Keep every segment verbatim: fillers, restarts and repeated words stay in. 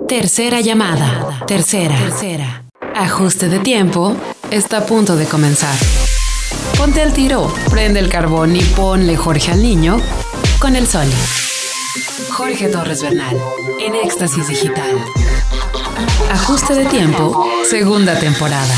Tercera llamada. Tercera. Tercera. Ajuste de tiempo. Está a punto de comenzar. Ponte al tiro, prende el carbón y ponle Jorge al niño con el sol. Jorge Torres Bernal, en Éxtasis Digital. Ajuste de tiempo, segunda temporada.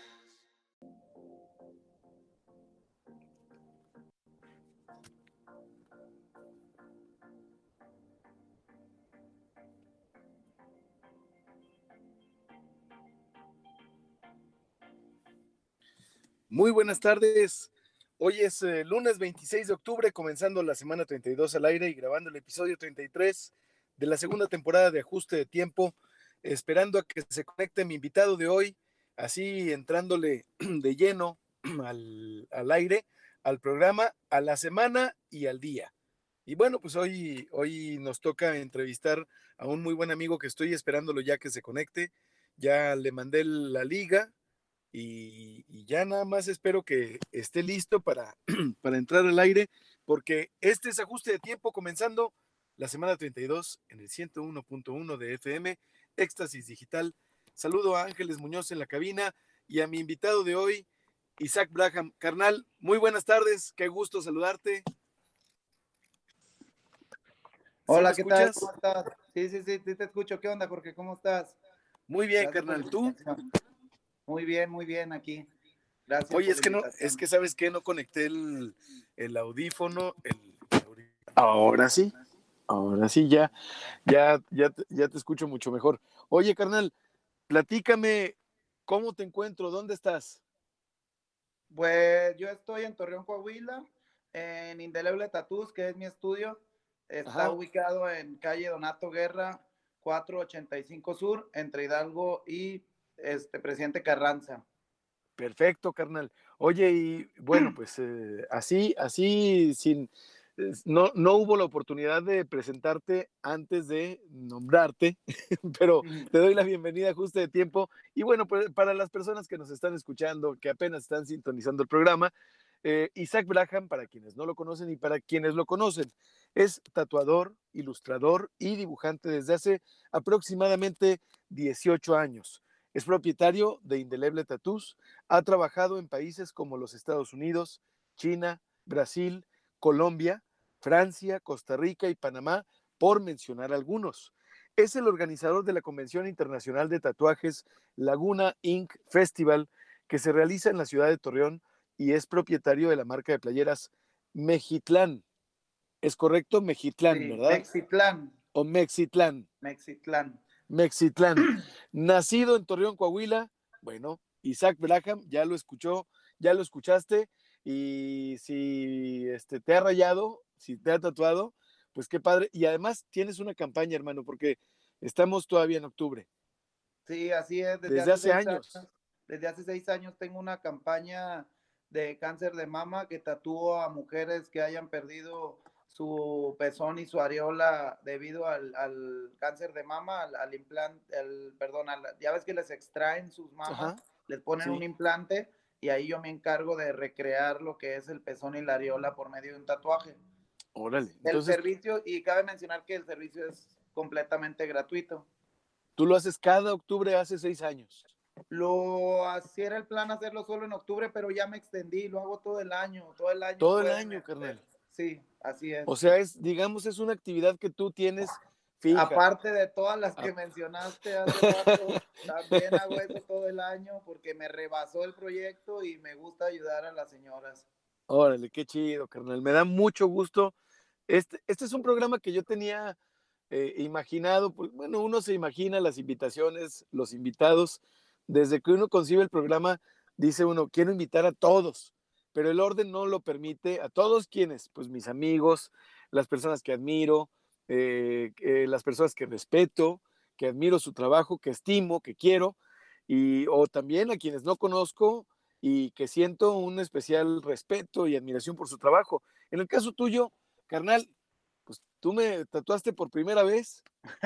Muy buenas tardes. Hoy es eh, lunes veintiséis de octubre, comenzando la semana treinta y dos al aire y grabando el episodio treinta y tres de la segunda temporada de Ajuste de Tiempo, esperando a que se conecte mi invitado de hoy, así entrándole de lleno al, al aire, al programa, a la semana y al día. Y bueno, pues hoy, hoy nos toca entrevistar a un muy buen amigo que estoy esperándolo ya que se conecte. Ya le mandé la liga. Y, y ya nada más espero que esté listo para, para entrar al aire, porque este es Ajuste de Tiempo, comenzando la semana treinta y dos en el ciento uno punto uno de F M, Éxtasis Digital. Saludo a Ángeles Muñoz en la cabina y a mi invitado de hoy, Isaac Braham. Carnal, muy buenas tardes, qué gusto saludarte. ¿Sí Hola, ¿qué tal? ¿Cómo estás? Sí, sí, sí, sí te escucho. ¿Qué onda, Jorge? ¿Cómo estás? Muy bien, Gracias, carnal, ¿tú? Muy bien, muy bien, aquí. Gracias. Oye, es que no, es que sabes que no conecté el, el audífono. El, el... Ahora sí, ahora sí, ya, ya, ya, ya te escucho mucho mejor. Oye, carnal, platícame, ¿cómo te encuentro? ¿Dónde estás? Pues yo estoy en Torreón, Coahuila, en Indeleble Tattoos, que es mi estudio. Está Ajá. ubicado en calle Donato Guerra, cuatrocientos ochenta y cinco Sur, entre Hidalgo y este, Presidente Carranza. Perfecto, carnal. Oye, y bueno, pues eh, así, así, sin, eh, no, no hubo la oportunidad de presentarte antes de nombrarte, pero te doy la bienvenida justo de tiempo. Y bueno, pues para las personas que nos están escuchando, que apenas están sintonizando el programa, eh, Isaac Braham, para quienes no lo conocen y para quienes lo conocen, es tatuador, ilustrador y dibujante desde hace aproximadamente dieciocho años. Es propietario de Indeleble Tattoos, ha trabajado en países como los Estados Unidos, China, Brasil, Colombia, Francia, Costa Rica y Panamá, por mencionar algunos. Es el organizador de la Convención Internacional de Tatuajes Laguna Ink Festival, que se realiza en la ciudad de Torreón, y es propietario de la marca de playeras Mexitlán. ¿Es correcto? Mexitlán, sí, ¿verdad? Mexitlán. O Mexitlán. Mexitlán. Mexitlán. Nacido en Torreón, Coahuila. Bueno, Isaac Braham, ya lo escuchó, ya lo escuchaste, y si este, te ha rayado, si te ha tatuado, pues qué padre. Y además tienes una campaña, hermano, porque estamos todavía en octubre. Sí, así es. Desde, desde hace, hace años. años. Desde hace seis años tengo una campaña de cáncer de mama que tatúo a mujeres que hayan perdido su pezón y su areola debido al, al cáncer de mama, al, al implante, al, perdón, al, ya ves que les extraen sus mamas, Ajá. les ponen sí. un implante, y ahí yo me encargo de recrear lo que es el pezón y la areola por medio de un tatuaje. Órale. El Entonces, servicio, y cabe mencionar que el servicio es completamente gratuito. Tú lo haces cada octubre hace seis años. Lo así era el plan, hacerlo solo en octubre, pero ya me extendí, lo hago todo el año, todo el año. Todo el año, carnal. Sí, así es. O sea, es, digamos, es una actividad que tú tienes fija. Aparte de todas las que ah. mencionaste hace rato, también hago eso todo el año porque me rebasó el proyecto y me gusta ayudar a las señoras. Órale, qué chido, carnal. Me da mucho gusto. Este, este es un programa que yo tenía eh, imaginado. Pues, bueno, uno se imagina las invitaciones, los invitados. Desde que uno concibe el programa, dice uno, quiero invitar a todos, pero el orden no lo permite. ¿A todos quiénes? Pues mis amigos, las personas que admiro, eh, eh, las personas que respeto, que admiro su trabajo, que estimo, que quiero, y, o también a quienes no conozco y que siento un especial respeto y admiración por su trabajo. En el caso tuyo, carnal, pues tú me tatuaste por primera vez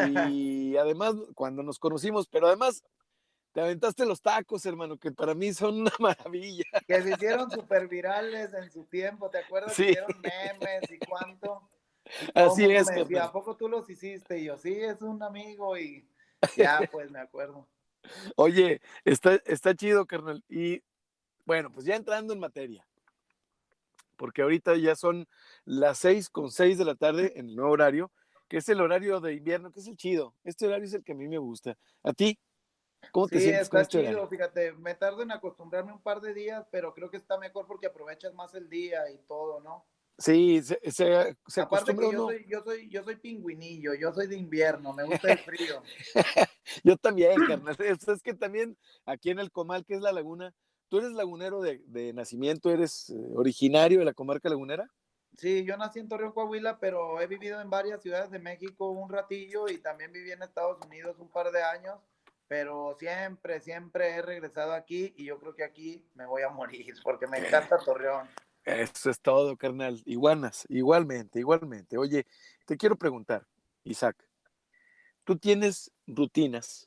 y además cuando nos conocimos, pero además te aventaste los tacos, hermano, que para mí son una maravilla. Que se hicieron súper virales en su tiempo, ¿te acuerdas? Sí. Hicieron memes y cuánto. Y Así es, me decía, ¿a poco tú los hiciste? Y yo, sí, es un amigo y Ya, pues me acuerdo. Oye, está, está chido, carnal. Y bueno, pues ya entrando en materia, porque ahorita ya son las seis con seis de la tarde en el nuevo horario, que es el horario de invierno, que es el chido. Este horario es el que a mí me gusta. ¿A ti? ¿Cómo te Sí, sientes con está este chido, horario? fíjate, me tardo en acostumbrarme un par de días, pero creo que está mejor porque aprovechas más el día y todo, ¿no? Sí, se, se, se Aparte acostumbra que o yo no. soy, yo soy, yo soy pingüinillo, yo soy de invierno, me gusta el frío. Yo también, carnal. Es, es que también aquí en el Comal, que es la laguna, tú eres lagunero de, de nacimiento, eres eh, originario de la comarca lagunera. Sí, yo nací en Torreón, Coahuila, pero he vivido en varias ciudades de México un ratillo y también viví en Estados Unidos un par de años, pero siempre, siempre he regresado aquí y yo creo que aquí me voy a morir porque me encanta Torreón. Eso es todo, carnal. Iguanas, igualmente, igualmente. Oye, te quiero preguntar, Isaac, ¿tú tienes rutinas?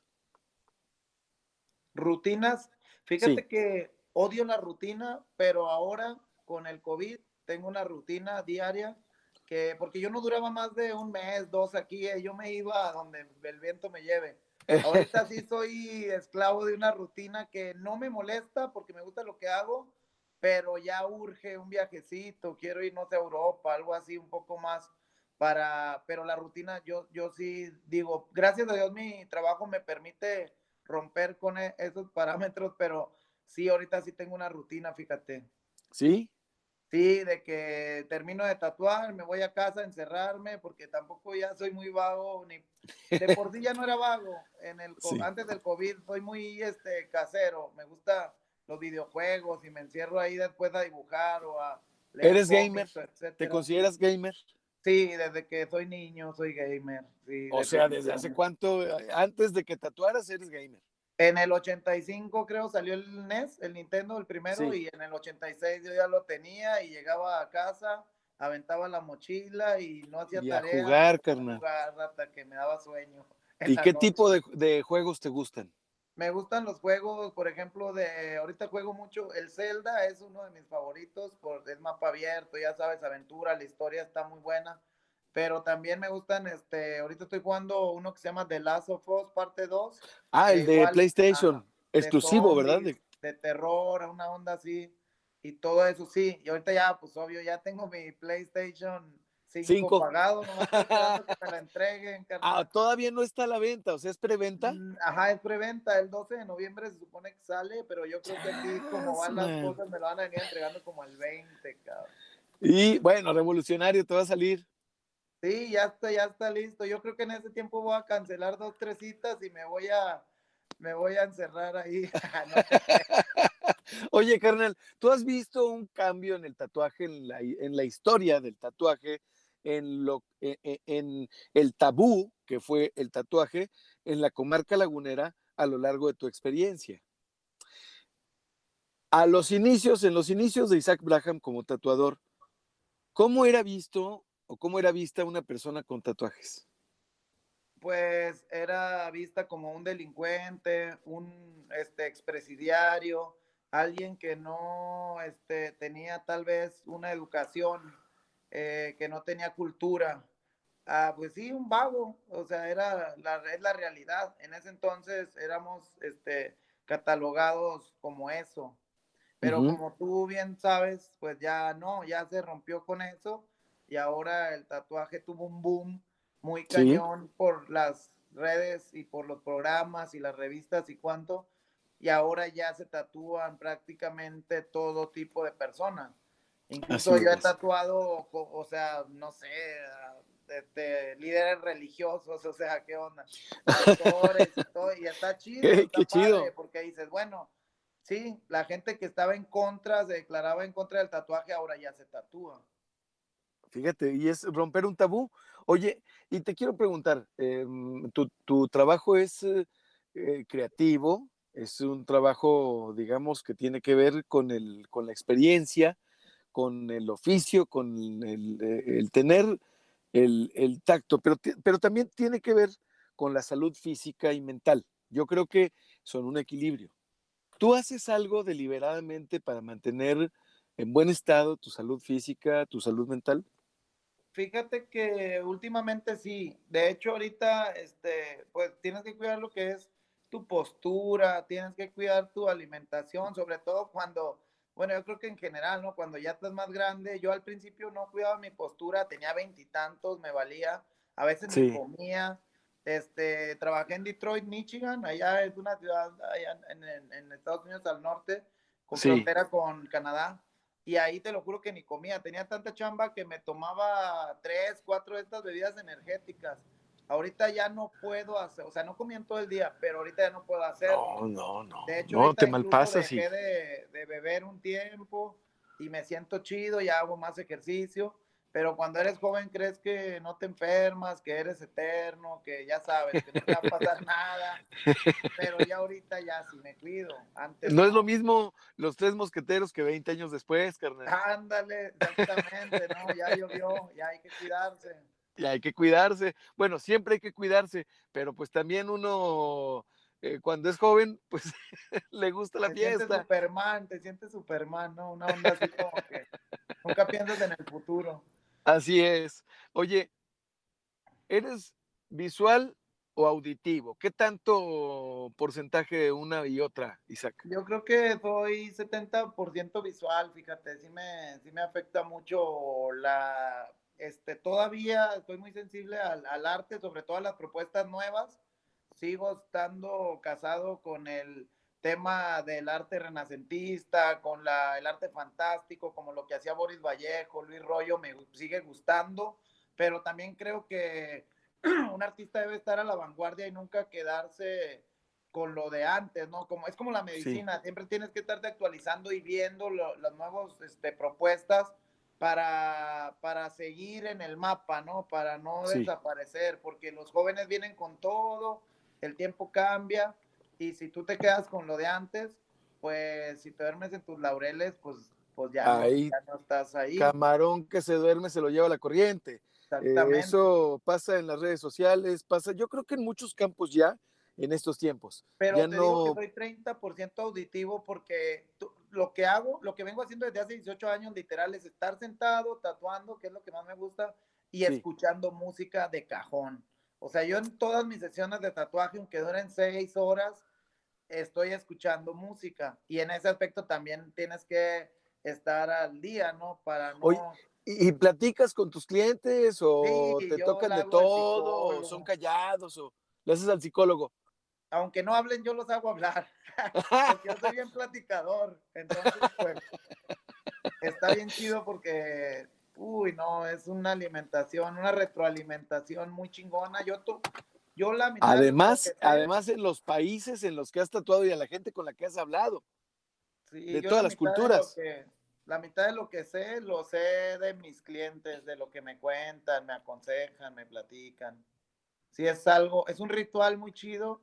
Rutinas, Sí. fíjate que odio la rutina, pero ahora con el COVID tengo una rutina diaria que, porque yo no duraba más de un mes, dos aquí, eh, yo me iba a donde el viento me lleve. Ahorita sí soy esclavo de una rutina que no me molesta porque me gusta lo que hago, pero ya urge un viajecito, quiero ir, no sé, a Europa, algo así un poco más para, pero la rutina, yo, yo sí digo, gracias a Dios mi trabajo me permite romper con e- esos parámetros, pero sí, ahorita sí tengo una rutina, fíjate. ¿Sí? Sí, de que termino de tatuar, me voy a casa a encerrarme, porque tampoco ya soy muy vago, ni de por sí ya no era vago. En el, co- Sí. antes del COVID soy muy este, casero, me gusta los videojuegos y me encierro ahí después a dibujar o a leer ¿Eres gamer? cómics, ¿Te etcétera. consideras gamer? Sí, desde que soy niño soy gamer, sí, O sea, ¿desde hace definitivamente. cuánto? Antes de que tatuaras, eres gamer. En el ochenta y cinco creo salió el N E S, el Nintendo, el primero, Sí. y en el ochenta y seis yo ya lo tenía y llegaba a casa, aventaba la mochila y no hacía Y a tarea, me jugar, ponía a carnal. jugar hasta que me daba sueño en ¿Y la qué tipo noche. de, de juegos te gustan? Me gustan los juegos, por ejemplo, de ahorita juego mucho el Zelda, es uno de mis favoritos, por es mapa abierto, ya sabes, aventura, la historia está muy buena. Pero también me gustan, este, ahorita estoy jugando uno que se llama The Last of Us parte dos, Ah, que el de igual, ajá, PlayStation, de exclusivo, ¿verdad? zombies, De de terror, una onda así, y todo eso sí. Y ahorita ya, pues obvio, ya tengo mi PlayStation cinco cinco. pagado, nomás estoy esperando que me la entreguen, Ah, carnal. todavía no está a la venta, o sea, es preventa. Mm, ajá, es preventa, el doce de noviembre se supone que sale, pero yo creo que aquí, como Chas, van las man. cosas, me lo van a venir entregando como el veinte, cabrón. Y bueno, revolucionario, te va a salir. Sí, ya está, ya está listo. Yo creo que en ese tiempo voy a cancelar dos, tres citas y me voy a, me voy a encerrar ahí. No te creas. Oye, carnal, ¿tú has visto un cambio en el tatuaje, en la, en la historia del tatuaje, en, lo, en, en el tabú que fue el tatuaje en la comarca lagunera a lo largo de tu experiencia? A los inicios, en los inicios de Isaac Braham como tatuador, ¿cómo era visto o cómo era vista una persona con tatuajes? Pues era vista como un delincuente, un este, expresidiario, alguien que no este, tenía tal vez una educación, eh, que no tenía cultura. Ah, pues sí, un vago, o sea, era la, es la realidad. En ese entonces éramos este, catalogados como eso, pero Ujú. como tú bien sabes, pues ya no, ya se rompió con eso y ahora el tatuaje tuvo un boom muy Sí, cañón por las redes y por los programas y las revistas y cuánto, y ahora ya se tatúan prácticamente todo tipo de personas. Incluso así yo he es. tatuado, o sea, no sé, este, líderes religiosos, o sea, ¿qué onda? Pastores y todo, y está chido, qué, qué está padre, chido. porque dices, bueno, sí, la gente que estaba en contra, se declaraba en contra del tatuaje, ahora ya se tatúa. Fíjate, y es romper un tabú. Oye, y te quiero preguntar, eh, tu, tu, trabajo es eh, eh, creativo, es un trabajo, digamos, que tiene que ver con, el, con la experiencia, con el oficio, con el, eh, el tener el, el tacto, pero, pero también tiene que ver con la salud física y mental. Yo creo que son un equilibrio. ¿Tú haces algo deliberadamente para mantener en buen estado tu salud física, tu salud mental? Fíjate que últimamente sí. De hecho, ahorita, este, pues tienes que cuidar lo que es tu postura, tienes que cuidar tu alimentación, sobre todo cuando, bueno, yo creo que en general, ¿no? Cuando ya estás más grande, yo al principio no cuidaba mi postura, tenía veintitantos, me valía, a veces ni Sí, comía. Este, trabajé en Detroit, Michigan, allá es una ciudad allá en, en, en Estados Unidos al norte, con sí. frontera con Canadá. Y ahí te lo juro que ni comía, tenía tanta chamba que me tomaba tres, cuatro de estas bebidas energéticas. Ahorita ya no puedo hacer, o sea, no comía en todo el día, pero ahorita ya no puedo hacerlo. No, no, De no, hecho, no, te ahorita incluso malpasas y dejé de, de beber un tiempo y me siento chido, ya hago más ejercicio, pero cuando eres joven crees que no te enfermas, que eres eterno, que ya sabes, que no te va a pasar nada, pero ya ahorita ya sí me cuido, antes no es lo no. mismo los tres mosqueteros que veinte años después, carnal. Ándale, exactamente, ¿no? Ya llovió, ya hay que cuidarse. Y hay que cuidarse. Bueno, siempre hay que cuidarse, pero pues también uno, eh, cuando es joven, pues le gusta la Te sientes fiesta. Superman, te sientes Superman, ¿no? Una onda así como que nunca piensas en el futuro. Así es. Oye, ¿eres visual o auditivo? ¿Qué tanto porcentaje de una y otra, Isaac? Yo creo que soy setenta por ciento visual, fíjate, sí me, sí me afecta mucho la, este, todavía estoy muy sensible al, al arte, sobre todo a las propuestas nuevas. Sigo estando casado con el tema del arte renacentista, con la, el arte fantástico, como lo que hacía Boris Vallejo, Luis Royo, me sigue gustando, pero también creo que un artista debe estar a la vanguardia y nunca quedarse con lo de antes, ¿no? Como, es como la Sí, medicina, siempre tienes que estarte actualizando y viendo lo, las nuevas este, propuestas para, para seguir en el mapa, ¿no? Para no sí. desaparecer, porque los jóvenes vienen con todo, el tiempo cambia, y si tú te quedas con lo de antes, pues si te duermes en tus laureles, pues, pues ya, no, Ahí, ya no estás ahí, camarón que se duerme se lo lleva la corriente. Eh, exactamente. eso pasa en las redes sociales, pasa, yo creo que en muchos campos ya, en estos tiempos. Pero Ya te digo que no, soy treinta por ciento auditivo porque tú, lo que hago, lo que vengo haciendo desde hace dieciocho años, literal, es estar sentado, tatuando, que es lo que más me gusta, y sí. escuchando música de cajón. O sea, yo en todas mis sesiones de tatuaje, aunque duren seis horas, estoy escuchando música. Y en ese aspecto también tienes que estar al día, ¿no? Para Oye, no... ¿y, y platicas con tus clientes Sí, o te yo tocan la de hago al todo o son psicólogo. callados o le haces al psicólogo? Aunque no hablen, yo los hago hablar. Porque yo soy bien platicador. Entonces, pues, está bien chido porque, uy, no, es una alimentación, una retroalimentación muy chingona. Yo, tu, yo la mitad de lo que Además, sé, además en los países en los que has tatuado y a la gente con la que has hablado, sí, de yo la todas las mitad de lo culturas. que, la mitad de lo que sé, lo sé de mis clientes, de lo que me cuentan, me aconsejan, me platican. Sí, es algo, es un ritual muy chido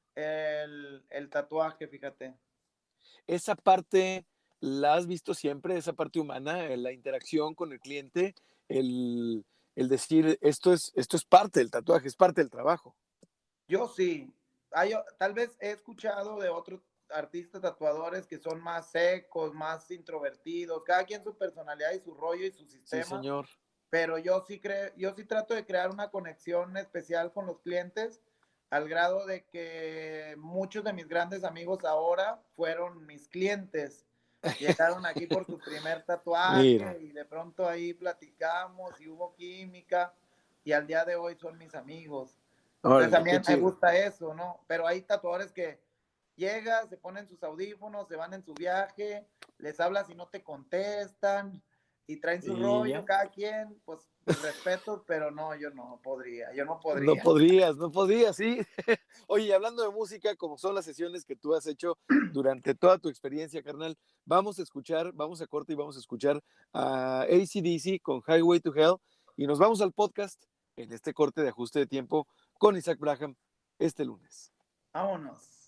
el, el tatuaje, fíjate. Esa parte la has visto siempre, esa parte humana, eh, la interacción con el cliente, el, el decir, esto es, esto es parte del tatuaje, es parte del trabajo. Yo sí. Hay, tal vez he escuchado de otros artistas tatuadores que son más secos, más introvertidos, cada quien su personalidad y su rollo y su Sí, sistema, señor. pero yo sí creo, yo sí trato de crear una conexión especial con los clientes al grado de que muchos de mis grandes amigos ahora fueron mis clientes. Llegaron aquí por su primer Mira, tatuaje y de pronto ahí platicamos y hubo química y al día de hoy son mis amigos. Entonces órale, qué también me chido. gusta eso, ¿no? Pero hay tatuadores que llegas, se ponen sus audífonos, se van en su viaje, les hablas y no te contestan y traen su Y rollo, ya. cada quien, pues mis respetos, pero no, yo no podría, yo no No podría. podrías, no podrías, sí. Oye, y hablando de música, como son las sesiones que tú has hecho durante toda tu experiencia, carnal, vamos a escuchar, vamos a corte y vamos a escuchar a A C D C con Highway to Hell y nos vamos al podcast en este corte de ajuste de tiempo con Isaac Braham este lunes. Vámonos.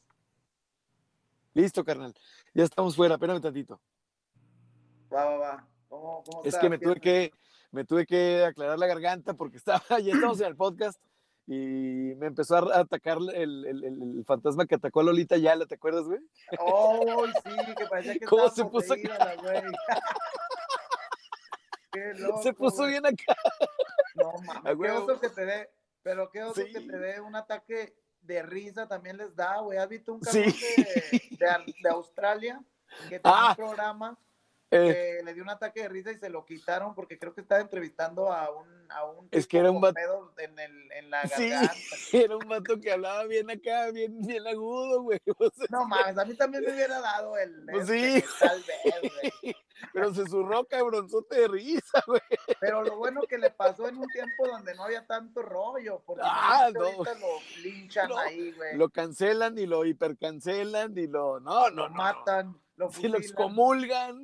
Listo, carnal. Ya estamos fuera, espérame tantito. Va, va, va. ¿Cómo, cómo Es que estás? me ¿Qué tuve haces? que, me tuve que aclarar la garganta porque estaba, ya estamos en el podcast y me empezó a atacar el, el, el, el fantasma que atacó a Lolita Yala, ¿te acuerdas, güey? Oh, sí, que parecía que ¿Cómo estaba se puso? poseída la güey. qué loco, Se puso güey. bien acá. No A mames, qué huevo. oso que te dé, pero qué oso Sí. que te dé un ataque de risa también les da, güey. ¿Has visto un Sí. cabrón de, de, de Australia que tenía Ah, un programa eh, que le dio un ataque de risa y se lo quitaron porque creo que estaba entrevistando a un, a un es que tipo era un con vato. pedos en, el, en la Sí, garganta? era un vato que hablaba bien acá, bien, bien agudo, güey. O sea, No mames, a mí también me hubiera dado el pues este, sí, tal vez, güey. pero se zurró cabronzote de risa, güey. Pero lo bueno que le pasó en un tiempo donde no había tanto rollo, porque Ah, imagínate no, ahorita lo linchan no, ahí, güey. lo cancelan y lo hipercancelan y lo, no, no, Lo no, no. matan, lo Si lo fusilan. excomulgan,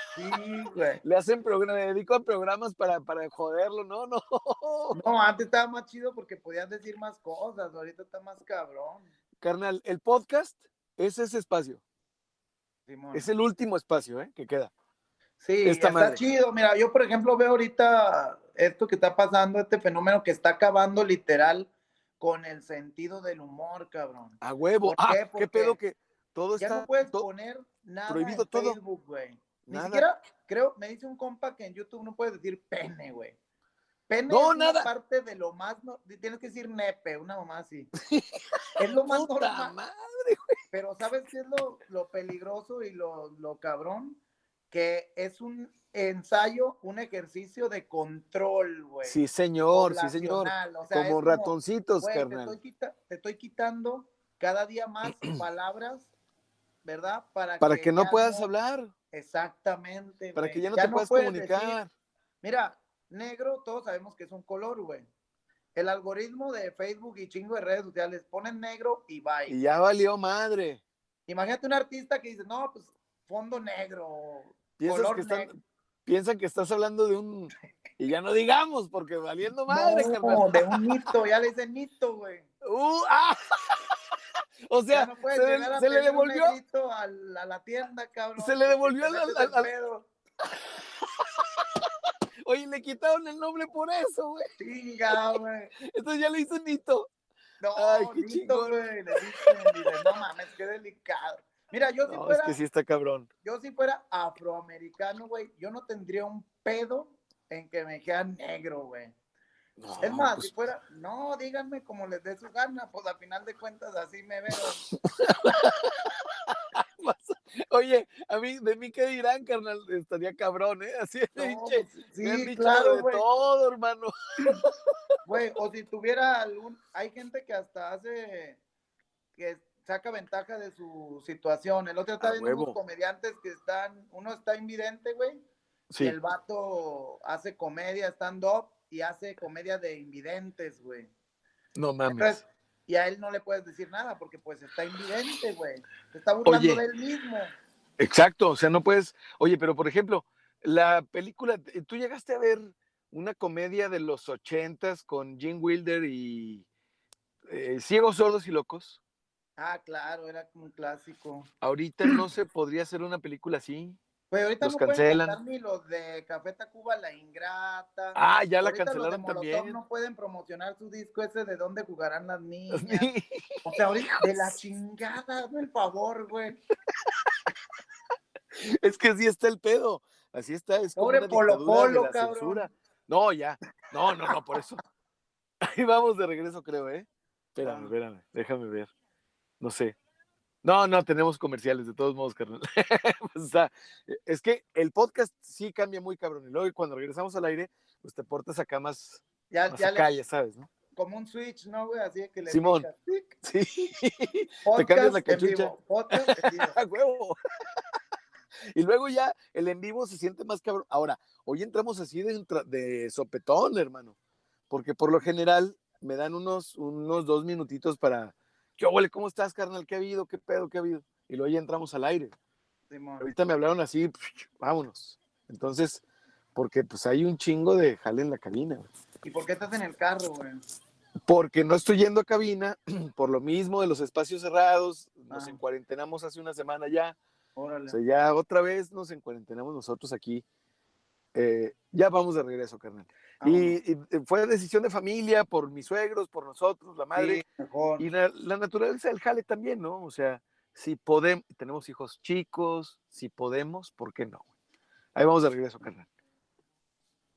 Sí, güey. le hacen programas, le dedico a programas para, para joderlo, no, no. No, antes estaba más chido porque podías decir más cosas, ahorita está más cabrón. Carnal, el podcast es ese espacio, Simón. es el último espacio, ¿eh? Que queda. Sí, Esta está madre. chido. Mira, yo por ejemplo veo ahorita esto que está pasando, este fenómeno que está acabando literal con el sentido del humor, cabrón. A huevo. ¿Por Ah, qué? qué pedo Porque que todo ya no está puedes to- poner nada prohibido en todo. Facebook, güey. Ni Nada. siquiera, creo, me dice un compa que en YouTube no puedes decir pene, güey. Pene No, es una nada. parte de lo más, no, tienes que decir nepe, una mamá así. Es lo más Puta normal. madre, güey. Pero ¿sabes qué es lo, lo peligroso y lo, lo cabrón? Que es un ensayo, un ejercicio de control, güey. Sí, señor, sí, señor. Poblacional. O sea, Como es como, ratoncitos, güey, te carnal. estoy, quita, te estoy quitando cada día más palabras, ¿verdad? Para, Para que, que no ya puedas no, hablar, exactamente, para que güey. ya no Ya te no puedas puedes decir, comunicar. mira, negro, todos sabemos que es un color, güey. El algoritmo de Facebook y chingo de redes sociales ponen negro y bye. Y ya valió madre. Imagínate un artista que dice, no, pues fondo negro, Piensas color que están, negro. piensan que estás hablando de un. Y ya no digamos, porque valiendo madre, carnal. No, de un mito, ya le dicen mito, güey. Uh, ah. O sea, Ya no puedes se, llegar a se le pedir un devolvió. negrito a la, a la tienda, cabrón. Se le porque devolvió te al- metes al- en al- pedo. Oye, le quitaron el nombre por eso, güey. Chinga, güey. Entonces ya le hizo Nito. No, Ay, qué Nito, chingón. güey, le dicen, dices, no mames, qué delicado. Mira, yo si No, fuera, es que sí está cabrón. yo si fuera afroamericano, güey, yo no tendría un pedo en que me dijeran negro, güey. No, Es más, pues, si fuera, no, díganme como les dé su gana, pues a final de cuentas así me veo. oye, a mí, de mí qué dirán, carnal, estaría cabrón, ¿eh? Así de No, pinche. pues, Me han sí, dicho claro, de güey. todo, hermano. Güey, o si tuviera algún, hay gente que hasta hace, que saca ventaja de su situación. El otro está A viendo huevo. unos comediantes que están, uno está invidente, güey, Sí. y el vato hace comedia, stand-up, y hace comedia de invidentes, güey. No mames. Entonces, y a él no le puedes decir nada porque pues está invidente, güey. Se está burlando Oye. de él mismo. Exacto, o sea, no puedes. Oye, pero por ejemplo, la película, ¿tú llegaste a ver una comedia de los ochentas con Gene Wilder y eh, Ciegos, Sordos y Locos? Ah, claro, era como un clásico. Ahorita no se podría hacer una película así. Güey, ahorita Los no pueden cancelan. cantar ni los de Café Tacuba, La Ingrata. Ah, ya la Ahorita cancelaron los de Molotov también. no pueden promocionar su disco ese de dónde jugarán las niñas. O sea, ahorita de la chingada, hazme el favor, güey. Es que así está el pedo. Así está, es como Pobre una Polo dictadura de Polo, la cabrón. censura. No, ya. No, no, no, por eso. Ahí vamos de regreso, creo, ¿eh? Espérame, Ah. espérame, déjame ver. No sé. No, no, tenemos comerciales, de todos modos, carnal. Pues, o sea, es que el podcast sí cambia muy cabrón. Y luego cuando regresamos al aire, pues te portas acá más, Ya, más ya acá, le, ya sabes, ¿no? como un switch, ¿no, güey? Así que le Simón. picas. ¡Tic! Sí. Podcast te cambias la en cachucha. vivo. Podcast en vivo. ¡A huevo! Y luego ya el en vivo se siente más cabrón. Ahora, hoy entramos así de, de sopetón, hermano. Porque por lo general me dan unos, unos dos minutitos para... ¿Qué huele? ¿Cómo estás, carnal? ¿Qué ha habido? ¿Qué pedo? ¿Qué ha habido? Y luego ya entramos al aire. Simón. Ahorita me hablaron así, pff, vámonos. Entonces, porque pues hay un chingo de jale en la cabina. Güey. ¿Y por qué estás en el carro, güey? Porque no estoy yendo a cabina, por lo mismo de los espacios cerrados, nos Ah. encuarentenamos hace una semana ya. Órale. O sea, ya otra vez nos encuarentenamos nosotros aquí. Eh, ya vamos de regreso, carnal. Y, y fue decisión de familia, por mis suegros, por nosotros, la madre. Sí, mejor. Y la, la naturaleza del jale también, ¿no? O sea, si podemos, tenemos hijos chicos, si podemos, ¿por qué no? Ahí vamos de regreso, carnal.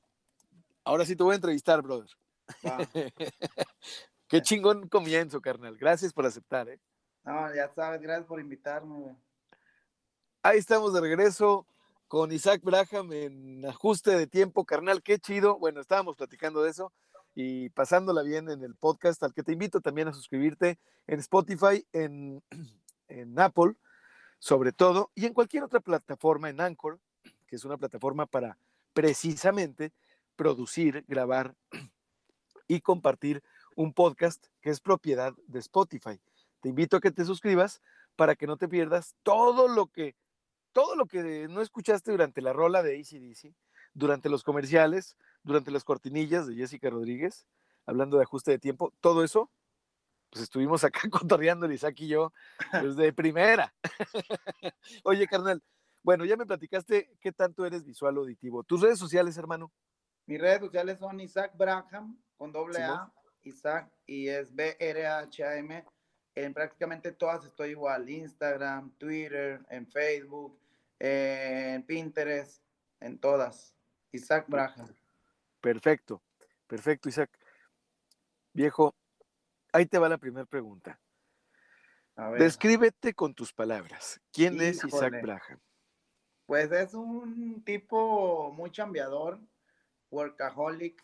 Ahora sí te voy a entrevistar, brother. Va. Qué chingón comienzo, carnal. Gracias por aceptar, ¿eh? No, ya sabes, gracias por invitarme, güey. Ahí estamos de regreso con Isaac Braham en ajuste de tiempo, carnal. Qué chido. Bueno, estábamos platicando de eso y pasándola bien en el podcast, al que te invito también a suscribirte en Spotify, en, en Apple, sobre todo, y en cualquier otra plataforma, en Anchor, que es una plataforma para precisamente producir, grabar y compartir un podcast que es propiedad de Spotify. Te invito a que te suscribas para que no te pierdas todo lo que, todo lo que no escuchaste durante la rola de A C D C, durante los comerciales, durante las cortinillas de Jessica Rodríguez, hablando de ajuste de tiempo, todo eso, pues estuvimos acá cotorreando el Isaac y yo desde primera. Oye, carnal, bueno, ya me platicaste qué tanto eres visual o auditivo. ¿Tus redes sociales, hermano? Mis redes sociales son Isaac Braham, con doble Simón. A, Isaac, y es B R H A M. En prácticamente todas estoy igual, Instagram, Twitter, en Facebook, en Pinterest, en todas. Isaac Braham. Perfecto, perfecto, Isaac. Viejo, ahí te va la primera pregunta. A ver, Descríbete con tus palabras. ¿Quién es Isaac híjole. Braham? Pues es un tipo muy chambeador, workaholic,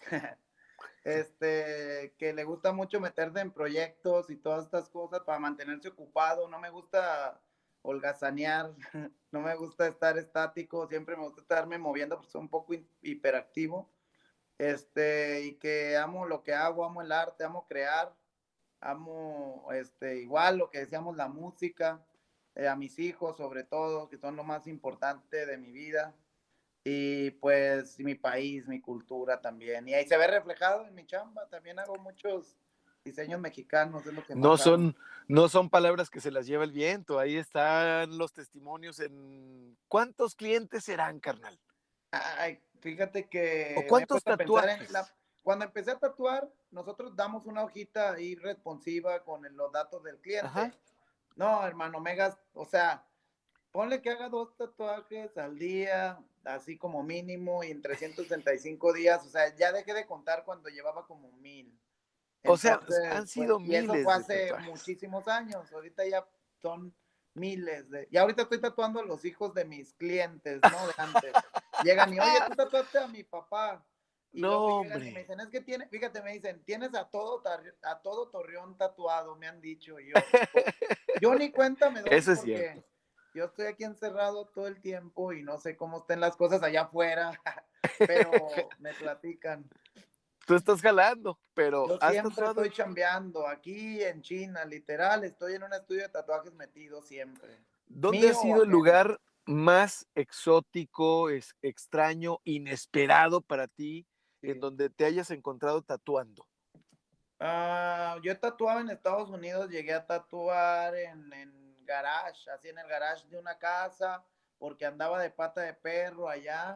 este, que le gusta mucho meterse en proyectos y todas estas cosas para mantenerse ocupado. No me gusta holgazanear, no me gusta estar estático, siempre me gusta estarme moviendo porque soy un poco hiperactivo. Este, y que amo lo que hago, amo el arte, amo crear, amo, este, igual lo que decíamos, la música, eh, a mis hijos sobre todo, que son lo más importante de mi vida. Y pues mi país, mi cultura también. Y ahí se ve reflejado en mi chamba. También hago muchos diseños mexicanos, es lo que No más hago. son, no son palabras que se las lleva el viento. Ahí están los testimonios en... ¿Cuántos clientes serán, carnal? Ay, fíjate ¿O que me he cuántos puesto a pensar en tatuajes? la... Cuando empecé a tatuar, nosotros damos una hojita ahí responsiva con el- los datos del cliente. Ajá. No, hermano, megas, o sea, ponle que haga dos tatuajes al día, así como mínimo, y en trescientos sesenta y cinco días, o sea, ya dejé de contar cuando llevaba como mil. O sea, Entonces, han pues, sido y eso fue miles de hace tatuajes. muchísimos años, ahorita ya son miles de, y ahorita estoy tatuando a los hijos de mis clientes, ¿no? De antes. Llegan y, oye, tú tatuaste a mi papá. Y luego No, llegan y me hombre. dicen, es que tiene, fíjate, me dicen, tienes a todo, a todo Torreón tatuado, me han dicho. Y yo, pues, yo ni cuenta me doy Eso es porque cierto. yo estoy aquí encerrado todo el tiempo y no sé cómo estén las cosas allá afuera, pero me platican. Tú estás jalando, pero Yo has siempre tatuado. estoy chambeando aquí en China, literal, estoy en un estudio de tatuajes metido siempre. ¿Dónde ha Mío o sido el ajeno. lugar más exótico, es, extraño, inesperado para ti, en Sí. donde te hayas encontrado tatuando? Ah, yo he tatuado en Estados Unidos, llegué a tatuar en, en garage, así en el garage de una casa, porque andaba de pata de perro allá,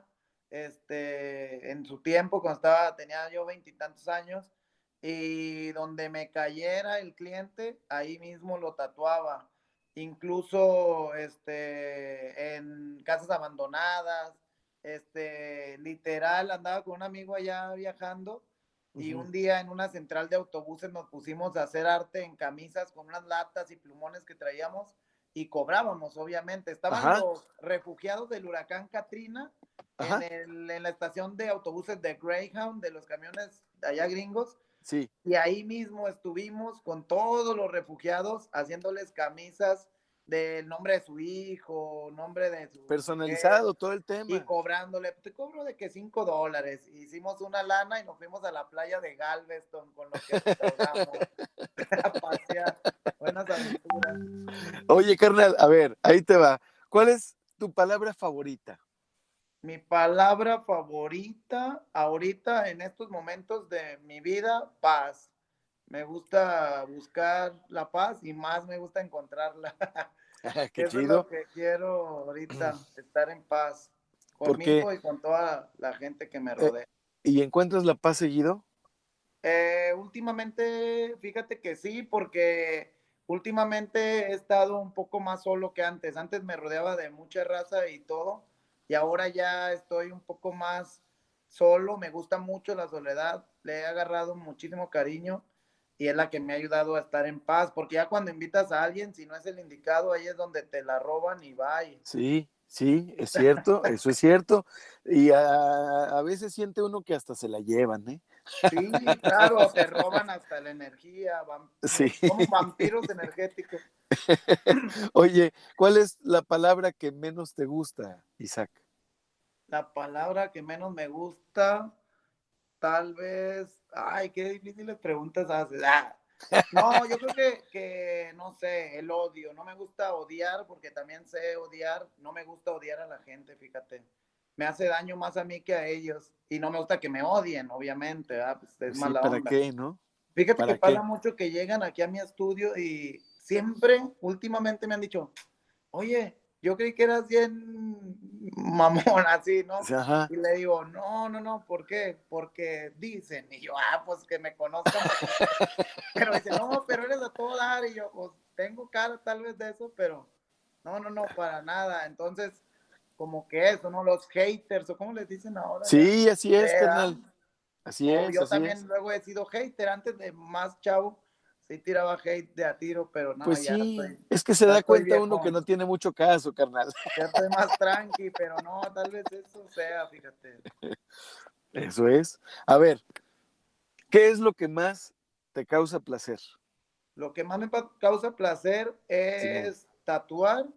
este, en su tiempo, cuando estaba, tenía yo veintitantos años, y donde me cayera el cliente, ahí mismo lo tatuaba. Incluso, este, en casas abandonadas, este, literal, andaba con un amigo allá viajando y Ujú. un día en una central de autobuses nos pusimos a hacer arte en camisas con unas latas y plumones que traíamos y cobrábamos, obviamente. Estaban Ajá, los refugiados del huracán Katrina en, ajá, el, en la estación de autobuses de Greyhound, de los camiones de allá gringos, sí. y ahí mismo estuvimos con todos los refugiados haciéndoles camisas del nombre de su hijo, nombre de su mujer, Personalizado todo el y tema. cobrándole, te cobro de que cinco dólares. Hicimos una lana y nos fuimos a la playa de Galveston con lo que recaudamos a pasear. Buenas aventuras. Oye, carnal, a ver, ahí te va. ¿Cuál es tu palabra favorita? Mi palabra favorita ahorita en estos momentos de mi vida, paz. Me gusta buscar la paz y más me gusta encontrarla. Qué Eso es lo chido. que quiero ahorita, estar en paz Porque, conmigo y con toda la gente que me eh, rodea. ¿y encuentras la paz seguido? Eh, últimamente, fíjate que sí, porque últimamente he estado un poco más solo que antes. Antes me rodeaba de mucha raza y todo, y ahora ya estoy un poco más solo, me gusta mucho la soledad, le he agarrado muchísimo cariño y es la que me ha ayudado a estar en paz, porque ya cuando invitas a alguien, si no es el indicado, ahí es donde te la roban y bye. Sí, sí, es cierto, eso es cierto. Y a, a veces siente uno que hasta se la llevan, ¿eh? Sí, claro, te roban hasta la energía, vam- Sí. como vampiros energéticos. Oye, ¿cuál es la palabra que menos te gusta, Isaac? La palabra que menos me gusta, tal vez, ay, qué difíciles preguntas haces. Ah, no, yo creo que, que, no sé, el odio. No me gusta odiar porque también sé odiar. No me gusta odiar a la gente, fíjate. Me hace daño más a mí que a ellos. Y no me gusta que me odien, obviamente, ¿verdad? Pues es Pues sí, mala ¿para onda. qué, no? Fíjate que ¿Para pasa qué? mucho que llegan aquí a mi estudio y siempre, últimamente me han dicho, oye, yo creí que eras bien mamón, así, ¿no? Ajá. Y le digo, no, no, no, ¿por qué? Porque dicen, y yo, ah, pues que me conozcan, pero dice, no, pero eres a todo dar, y yo, pues tengo cara tal vez de eso, pero no, no, no, para nada. Entonces, como que eso, ¿no? Los haters, o cómo les dicen ahora ya, Sí, así es, ¿verdad? carnal. Así O es, yo así también es. luego he sido hater, antes de más chavo, sí tiraba hate de a tiro, pero no, Pues ya sí, estoy, es que se ya da estoy cuenta uno que viejo, no tiene mucho caso, carnal. ya estoy más tranqui, pero no, tal vez eso sea, fíjate. Eso es. A ver, ¿qué es lo que más te causa placer? Lo que más me pa- causa placer Simón. es tatuar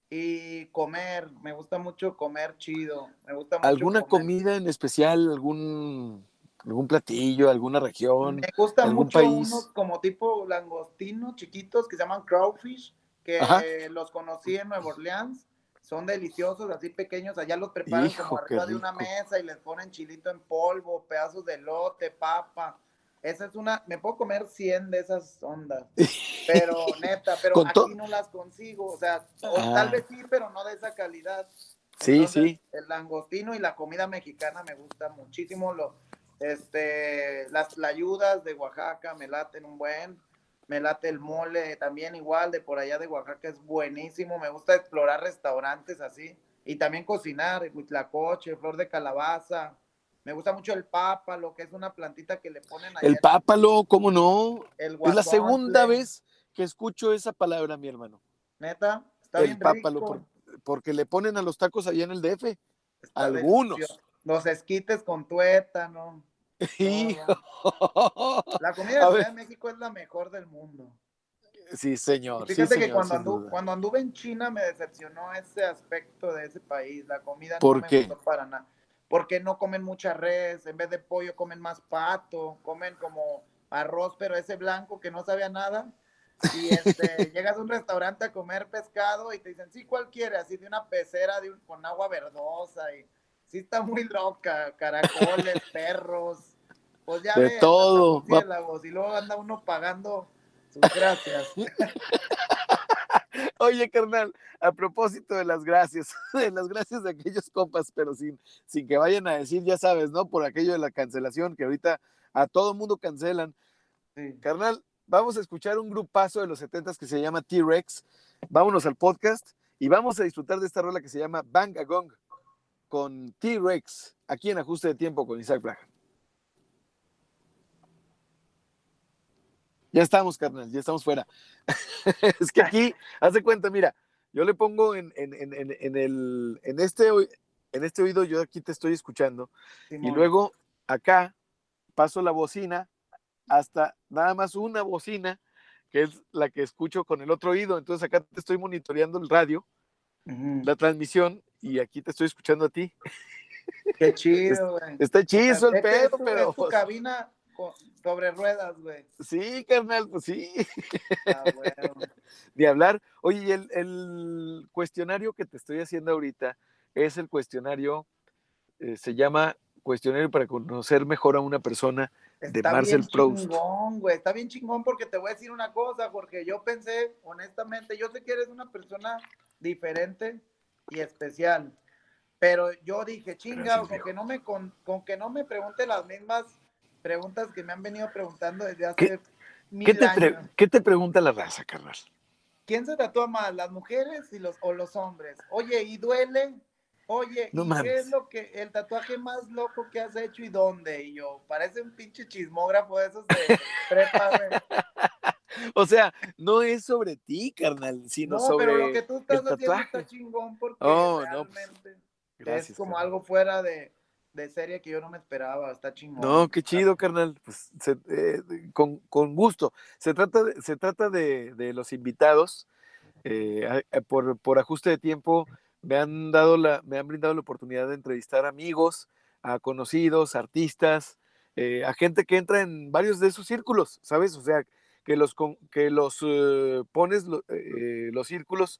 y comer. Me gusta mucho comer chido. Me gusta mucho ¿Alguna comer. comida en especial, algún, algún platillo, alguna región, Me gustan algún mucho unos país? como tipo langostinos chiquitos que se llaman crawfish, Ajá. que los conocí en Nueva Orleans. Son deliciosos, así pequeños. Allá los preparan como Hijo, qué arriba de una rico. mesa y les ponen chilito en polvo, pedazos de elote, papa. Esa es una, me puedo comer cien de esas ondas. Pero neta, pero Con todo. aquí no las consigo, o sea, o tal Ah, vez sí, pero no de esa calidad. sí, Entonces, sí. el langostino y la comida mexicana me gusta muchísimo. Lo, este, las tlayudas de Oaxaca me laten un buen, me late el mole también igual de por allá de Oaxaca es buenísimo. Me gusta explorar restaurantes así y también cocinar, huitlacoche, flor de calabaza. Me gusta mucho el pápalo, que es una plantita que le ponen El allá, pápalo, ¿cómo no? el Es la segunda guasontle. vez que escucho esa palabra, mi hermano. Neta, está El bien pápalo, por- rico. porque le ponen a los tacos allá en el D F. Está delicioso. Algunos. Los esquites con tuétano, Hijo. todo. La comida de A Ciudad ver, de México es la mejor del mundo. sí, Y señor, sí, fíjate que señor, cuando, sin andu duda. cuando anduve en China me decepcionó ese aspecto de ese país. La comida no ¿Por me qué? gustó para nada. Porque no comen mucha res, en vez de pollo comen más pato, comen como arroz, pero ese blanco que no sabe a nada. Y este, llegas a un restaurante a comer pescado y te dicen, sí, cualquiera, así de una pecera de un, con agua verdosa. Y sí está muy loca, caracoles, perros, pues ya De ves, hasta todo. Va- murciélagos. Y luego anda uno pagando sus gracias. Oye, carnal, a propósito de las gracias, de las gracias de aquellos compas, pero sin, sin que vayan a decir, ya sabes, ¿no? Por aquello de la cancelación, que ahorita a todo mundo cancelan. Sí. Carnal, vamos a escuchar un grupazo de los setentas que se llama T-Rex. Vámonos al podcast y vamos a disfrutar de esta rola que se llama Bang a Gong con T-Rex, aquí en Ajuste de Tiempo con Isaac Braga. Ya estamos, carnal, ya estamos fuera. Es que aquí, haz de cuenta, mira, yo le pongo en, en, en, en, el, en, este, en este oído, yo aquí te estoy escuchando, y Simón. luego acá paso la bocina hasta nada más una bocina, que es la que escucho con el otro oído. Entonces acá te estoy monitoreando el radio, Uh-huh. la transmisión, y aquí te estoy escuchando a ti. Qué chido, güey. Está O sea, chizo el este es pedo, tu, pero es tu pues, cabina con, sobre ruedas, güey. sí, carnal, pues sí. Ah, bueno. De hablar. Oye, y el, el cuestionario que te estoy haciendo ahorita es el cuestionario, eh, se llama Cuestionario para conocer mejor a una persona de Está Marcel bien Proust. chingón, güey. Está bien chingón porque te voy a decir una cosa, porque yo pensé, honestamente, yo sé que eres una persona diferente y especial, pero yo dije, chinga, Gracias, con que viejo. no me con, con que no me pregunte las mismas preguntas que me han venido preguntando desde ¿Qué, hace qué, mil te pre- años. ¿Qué te pregunta la raza, carnal? ¿Quién se tatúa más, las mujeres y los, o los hombres? Oye, ¿y duele? Oye, No ¿y mames. qué es lo que, el tatuaje más loco que has hecho y dónde? Y yo, parece un pinche chismógrafo de esos de prepa, güey. O sea, no es sobre ti, carnal, sino No, pero lo que sobre tú estás el haciendo está tatuaje. chingón porque Oh, no, pues, realmente es gracias, como carnal. algo fuera de, de serie que yo no me esperaba, está No, chingón. qué chido, carnal. Pues se- eh, con, con gusto. Se trata de, se trata de, de los invitados. eh, a- a- por, por ajuste de tiempo, me han dado la, me han brindado la oportunidad de entrevistar amigos, a conocidos, artistas, eh, a gente que entra en varios de esos círculos, ¿sabes? O sea, que los, con- que los eh, pones lo- eh, los círculos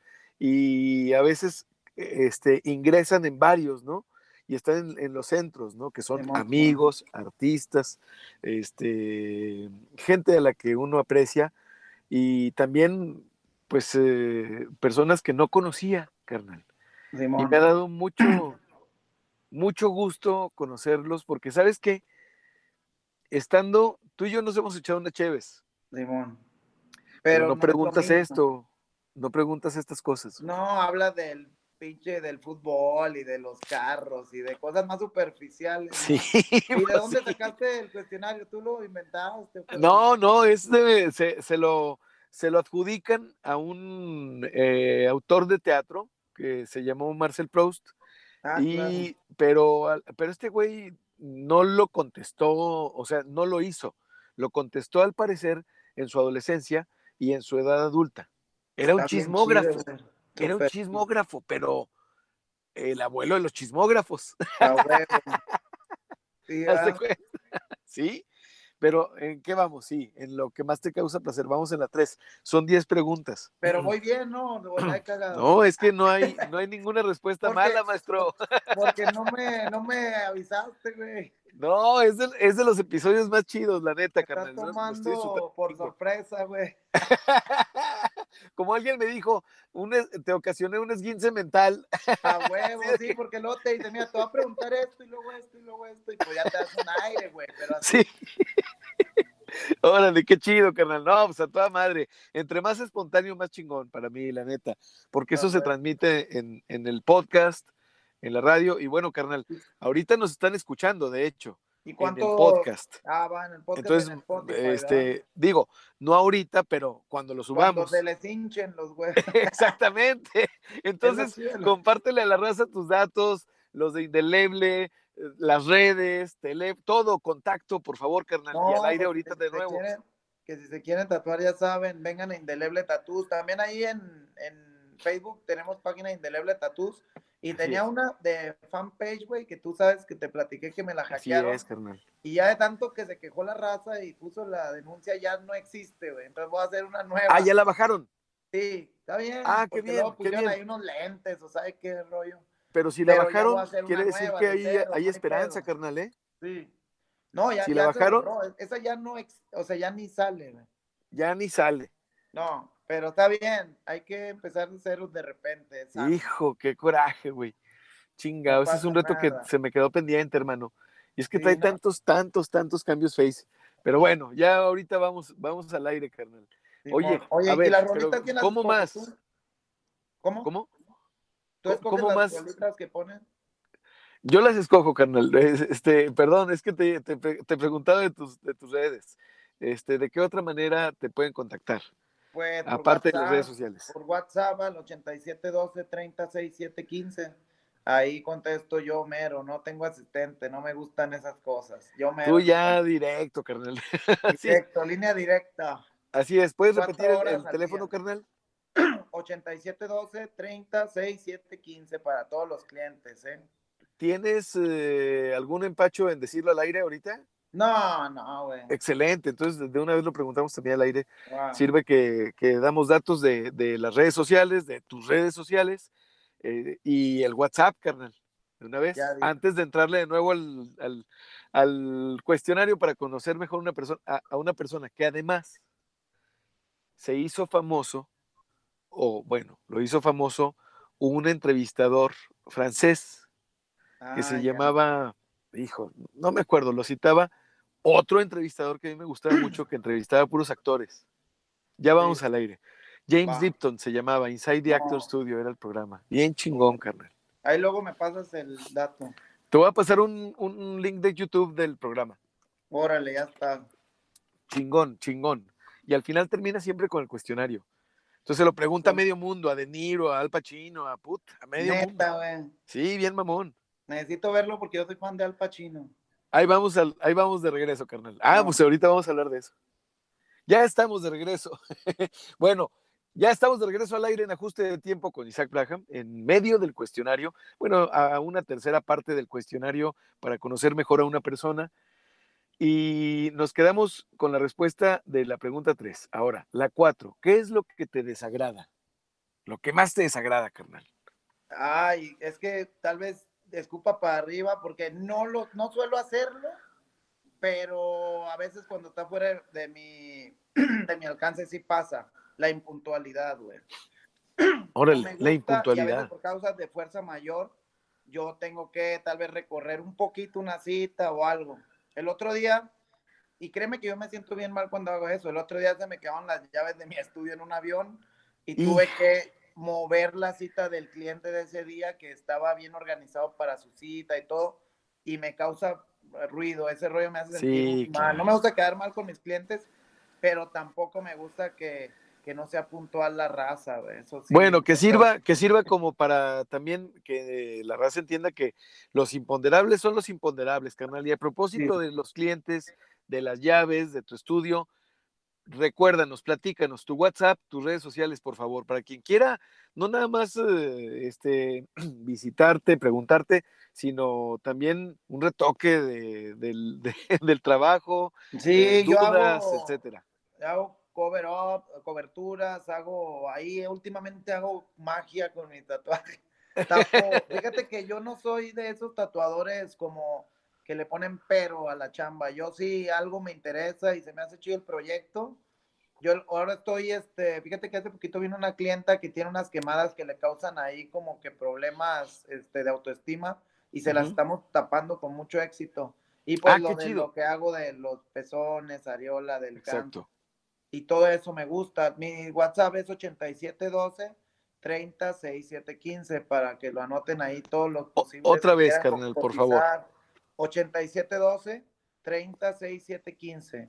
y a veces eh, este, ingresan en varios, ¿no? Y están en, en los centros, ¿no? Que son Simón, Simón. amigos, artistas, este, gente a la que uno aprecia y también, pues, eh, personas que no conocía, carnal. Y me ha Simón, dado mucho, mucho gusto conocerlos, porque, ¿sabes qué? Estando, tú y yo nos hemos echado una cheves, Simón. pero Pero no no es lo preguntas mismo. esto, no preguntas estas cosas. No, habla del pinche del fútbol y de los carros y de cosas más superficiales, Sí, ¿no? ¿Y de pues dónde sí. sacaste el cuestionario? ¿Tú lo inventaste o qué rollo? No, no, es de- se, se lo, se lo adjudican a un eh, autor de teatro que se llamó Marcel Proust. Ah, claro. Y, pero, al- pero este güey no lo contestó, o sea, no lo hizo. Lo contestó al parecer en su adolescencia y en su edad adulta. Era un Está bien chido, chismógrafo, güey. era un Súper. chismógrafo, pero el abuelo de los chismógrafos. A huevo. Sí, Hazte ¿verdad? cuenta. ¿Sí? Pero ¿en qué vamos? Sí, en lo que más te causa placer. Vamos en la tres. Son diez preguntas. Pero voy bien, ¿no? O la he cagado. No, es que no hay, no hay ninguna respuesta Porque, mala, maestro. porque no me, no me avisaste, güey. No, es de, es de los episodios más chidos, la neta, Me estás carnal. Lo, lo estoy disfrutando tomando un por chingo. sorpresa, güey. Como alguien me dijo, un es- te ocasioné un esguince mental. A Así huevo, de sí, que- porque luego te dice, mira, te voy a preguntar esto y luego esto y luego esto, y pues ya te das un aire, güey, pero sí, así, órale, qué chido, carnal. No, pues a toda madre. Entre más espontáneo, más chingón para mí, la neta. Porque a eso se huevo. transmite en, en el podcast, en la radio. Y bueno, carnal, ahorita nos están escuchando, de hecho, ¿Y en el cuánto? podcast. Ah, va en el podcast Entonces, en Spotify, ¿verdad? este, digo, no ahorita, pero cuando lo Cuando se subamos. les hinchen los güey. Exactamente. Es lo Entonces, chido. lo- compártele a la raza tus datos, los de Indeleble, eh, las redes, tele, todo, contacto, por favor, carnal. Y al No, aire pues ahorita que si de se nuevo. quieren, que si se quieren tatuar, ya saben, vengan a Indeleble Tattoos. También ahí en, en Facebook tenemos página de Indeleble Tattoos. Y Así tenía es. una de fanpage, güey, que tú sabes que te platiqué que me la Así hackearon. es, carnal. Y ya de tanto que se quejó la raza y puso la denuncia, ya no existe, güey. Entonces voy a hacer una Ah, nueva. ya la bajaron. Sí, está bien, Ah, qué porque bien, luego qué pusieron bien. ahí unos lentes, o sabes qué rollo. Pero si la Pero ya voy a bajaron, hacer una quiere decir nueva que de hay, cero, hay no hay esperanza, pedo. carnal, ¿eh? Sí. No, ya, Si la ya se bajaron, borró. Esa ya no, ex- o sea, ya ni sale, güey. ya ni sale. No, pero está bien. Hay que empezar de cero de repente. Sano. Hijo, qué coraje, güey. No Chingado, ese es pasa un reto que nada. se me quedó pendiente, hermano. Y es que Sí, trae no. tantos, tantos, tantos cambios Face. Pero bueno, ya ahorita vamos, vamos al aire, carnal. Simón. Oye, a Oye, ¿y ver, las pero rolitas quién las ¿cómo escoges tú? más? ¿Cómo? ¿Cómo? ¿Tú ¿Cómo, escoges cómo las más? rolitas que ponen? Yo las escojo, carnal. Es- Este, perdón, es que te, te, pre- te preguntaba de tus, de tus redes. Este, ¿de qué otra manera te pueden contactar? Pues por Aparte de las redes WhatsApp, sociales. por WhatsApp al ochenta y siete doce treinta sesenta y siete quince. Ahí contesto yo mero, no tengo asistente, no me gustan esas cosas. Yo mero Tú les ya contesto. directo, carnal. Así es, Directo, línea directa. así es. ¿Puedes repetir Cuatro el, horas el al teléfono, día. carnal? ochenta y siete doce treinta sesenta y siete quince para todos los clientes, ¿eh? ¿Tienes eh, algún empacho en decirlo al aire ahorita? No, no, güey. Excelente, entonces de una vez lo preguntamos también al aire. Wow. Sirve que, que damos datos de, de, las redes sociales, de tus redes sociales eh, y el WhatsApp, carnal. De una vez, antes de entrarle de nuevo al, al, al cuestionario para conocer mejor una persona, a, a una persona que además se hizo famoso, o bueno, lo hizo famoso un entrevistador francés que Ah, se ya. llamaba, hijo, no me acuerdo, lo citaba otro entrevistador que a mí me gustaba mucho, que entrevistaba a puros actores. Ya vamos Sí. al aire. James Va. Lipton se llamaba, Inside the No. Actor Studio era el programa. Bien chingón, carnal. Ahí luego me pasas el dato. Te voy a pasar un, un link de YouTube del programa. Órale, ya está. Chingón, chingón. Y al final termina siempre con el cuestionario. Entonces lo pregunta a medio mundo, a De Niro, a Al Pacino, a put, a medio mundo. Neta, güey. Sí, bien mamón. Necesito verlo porque yo soy fan de Al Pacino. Ahí vamos, al, ahí vamos de regreso, carnal. Ah, No. pues ahorita vamos a hablar de eso. Ya estamos de regreso. Bueno, ya estamos de regreso al aire en Ajuste de Tiempo con Isaac Braham, en medio del cuestionario. Bueno, a una tercera parte del cuestionario para conocer mejor a una persona. Y nos quedamos con la respuesta de la pregunta tres. Ahora, la cuatro. ¿Qué es lo que te desagrada? Lo que más te desagrada, carnal. Ay, es que tal vez escupa para arriba porque no lo, no suelo hacerlo, pero a veces cuando está fuera de mi, de mi alcance sí pasa. La impuntualidad, güey. Órale, No me gusta, la y a impuntualidad. veces por causas de fuerza mayor, yo tengo que tal vez recorrer un poquito una cita o algo. El otro día, y créeme que yo me siento bien mal cuando hago eso, el otro día se me quedaron las llaves de mi estudio en un avión y, y... tuve que mover la cita del cliente de ese día que estaba bien organizado para su cita y todo, y me causa ruido, ese rollo me hace sentir Sí, muy mal. claro. No me gusta quedar mal con mis clientes, pero tampoco me gusta que, que no sea puntual la raza, güey. Eso sí, bueno, que eso... sirva, que sirva como para también que la raza entienda que los imponderables son los imponderables, carnal. Y a propósito sí. de los clientes, de las llaves, de tu estudio, recuérdanos, platícanos, tu WhatsApp, tus redes sociales, por favor, para quien quiera, no nada más eh, este, visitarte, preguntarte, sino también un retoque de, del, de, del trabajo, sí, eh, dudas, yo hago, etcétera. Hago cover up, coberturas, hago ahí, últimamente hago magia con mi tatuaje. Tapo, fíjate que yo no soy de esos tatuadores como que le ponen pero a la chamba. Yo sí algo me interesa y se me hace chido el proyecto. Yo ahora estoy, este, fíjate que hace poquito vino una clienta que tiene unas quemadas que le causan ahí como que problemas este, de autoestima y se uh-huh. las estamos tapando con mucho éxito. Y pues ah, lo qué de chido. lo que hago de los pezones, areola, del Exacto. canto. Y todo eso me gusta. Mi WhatsApp es ochenta y siete doce treinta sesenta y siete quince para que lo anoten ahí todos los posibles. O, otra vez, carnal, por favor. ochenta y siete doce treinta sesenta y siete quince.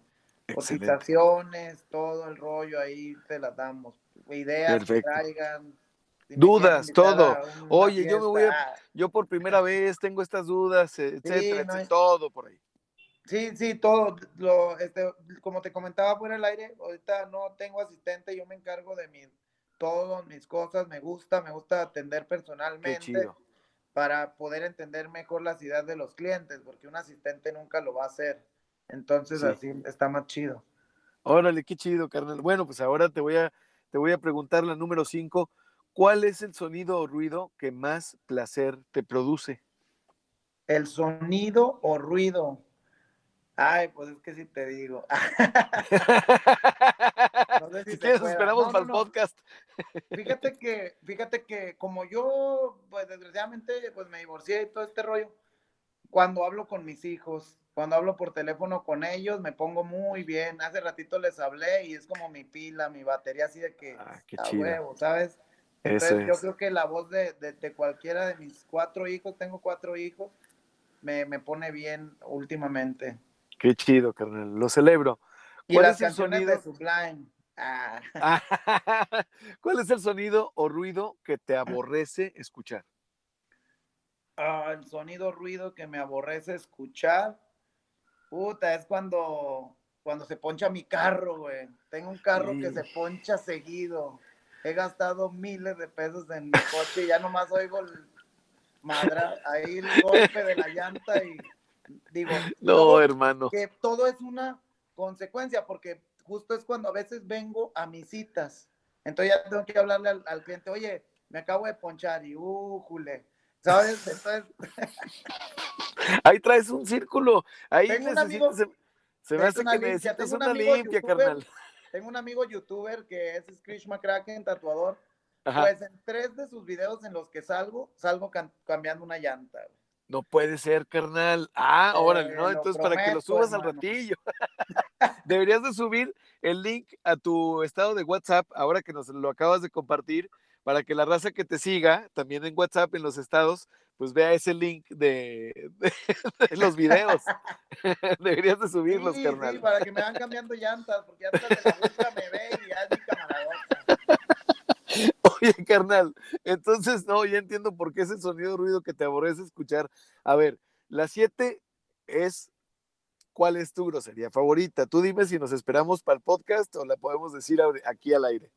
Cotizaciones, todo el rollo ahí te las damos. Ideas Perfecto. que traigan. Si dudas, todo. Oye, fiesta. yo me voy a, yo por primera vez tengo estas dudas, etcétera, sí, no hay... todo por ahí. Sí, sí, todo, lo, este, como te comentaba fuera del aire, ahorita no tengo asistente, yo me encargo de mi, todas mis cosas, me gusta, me gusta atender personalmente para poder entender mejor las ideas de los clientes, porque un asistente nunca lo va a hacer, entonces sí. así está más chido. Órale, qué chido, carnal. Bueno, pues ahora te voy a, te voy a preguntar la número cinco, ¿cuál es el sonido o ruido que más placer te produce? El sonido o ruido. Ay, pues es que sí te digo. No sé si si quieres pueda. esperamos no, para no, el podcast. Fíjate que, fíjate que como yo, pues desgraciadamente, pues me divorcié y todo este rollo, cuando hablo con mis hijos, cuando hablo por teléfono con ellos, me pongo muy bien. Hace ratito les hablé y es como mi pila, mi batería así de que ah, qué a chido. Huevo, ¿sabes? Entonces Eso yo es. creo que la voz de, de, de cualquiera de mis cuatro hijos, tengo cuatro hijos, me, me pone bien últimamente. Qué chido, carnal, lo celebro. Y las es canciones sonido? de Sublime. Ah. ¿Cuál es el sonido o ruido que te aborrece escuchar? Ah, el sonido o ruido que me aborrece escuchar, puta, es cuando, cuando se poncha mi carro, güey. Tengo un carro sí. que se poncha seguido. He gastado miles de pesos en mi coche y ya nomás oigo el madra, ahí el golpe de la llanta y digo, no, luego, hermano. Que todo es una consecuencia, porque justo es cuando a veces vengo a mis citas. Entonces ya tengo que hablarle al, al cliente, oye, me acabo de ponchar y uh, jule, ¿sabes? Entonces... Ahí traes un círculo, ahí tengo necesitas, un amigo, se, se me hace que limpia, necesitas un una limpia, YouTuber, carnal. Tengo un amigo youtuber que es Screech McCracken, tatuador. Ajá. Pues en tres de sus videos en los que salgo, salgo cambiando una llanta. Güey. No puede ser, carnal. Ah, eh, órale, ¿no? Entonces prometo, para que lo subas hermano. Al ratillo. Deberías de subir el link a tu estado de WhatsApp, ahora que nos lo acabas de compartir, para que la raza que te siga, también en WhatsApp, en los estados, pues vea ese link de, de, de los videos. Deberías de subirlos, Sí, carnal. sí, para que me van cambiando llantas, porque hasta de la busca me ve y ya es mi camaradota. Oye, carnal, entonces, no, ya entiendo por qué ese sonido ruido que te aborrece escuchar. A ver, la siete es, ¿cuál es tu grosería favorita? Tú dime si nos esperamos para el podcast o la podemos decir aquí al aire.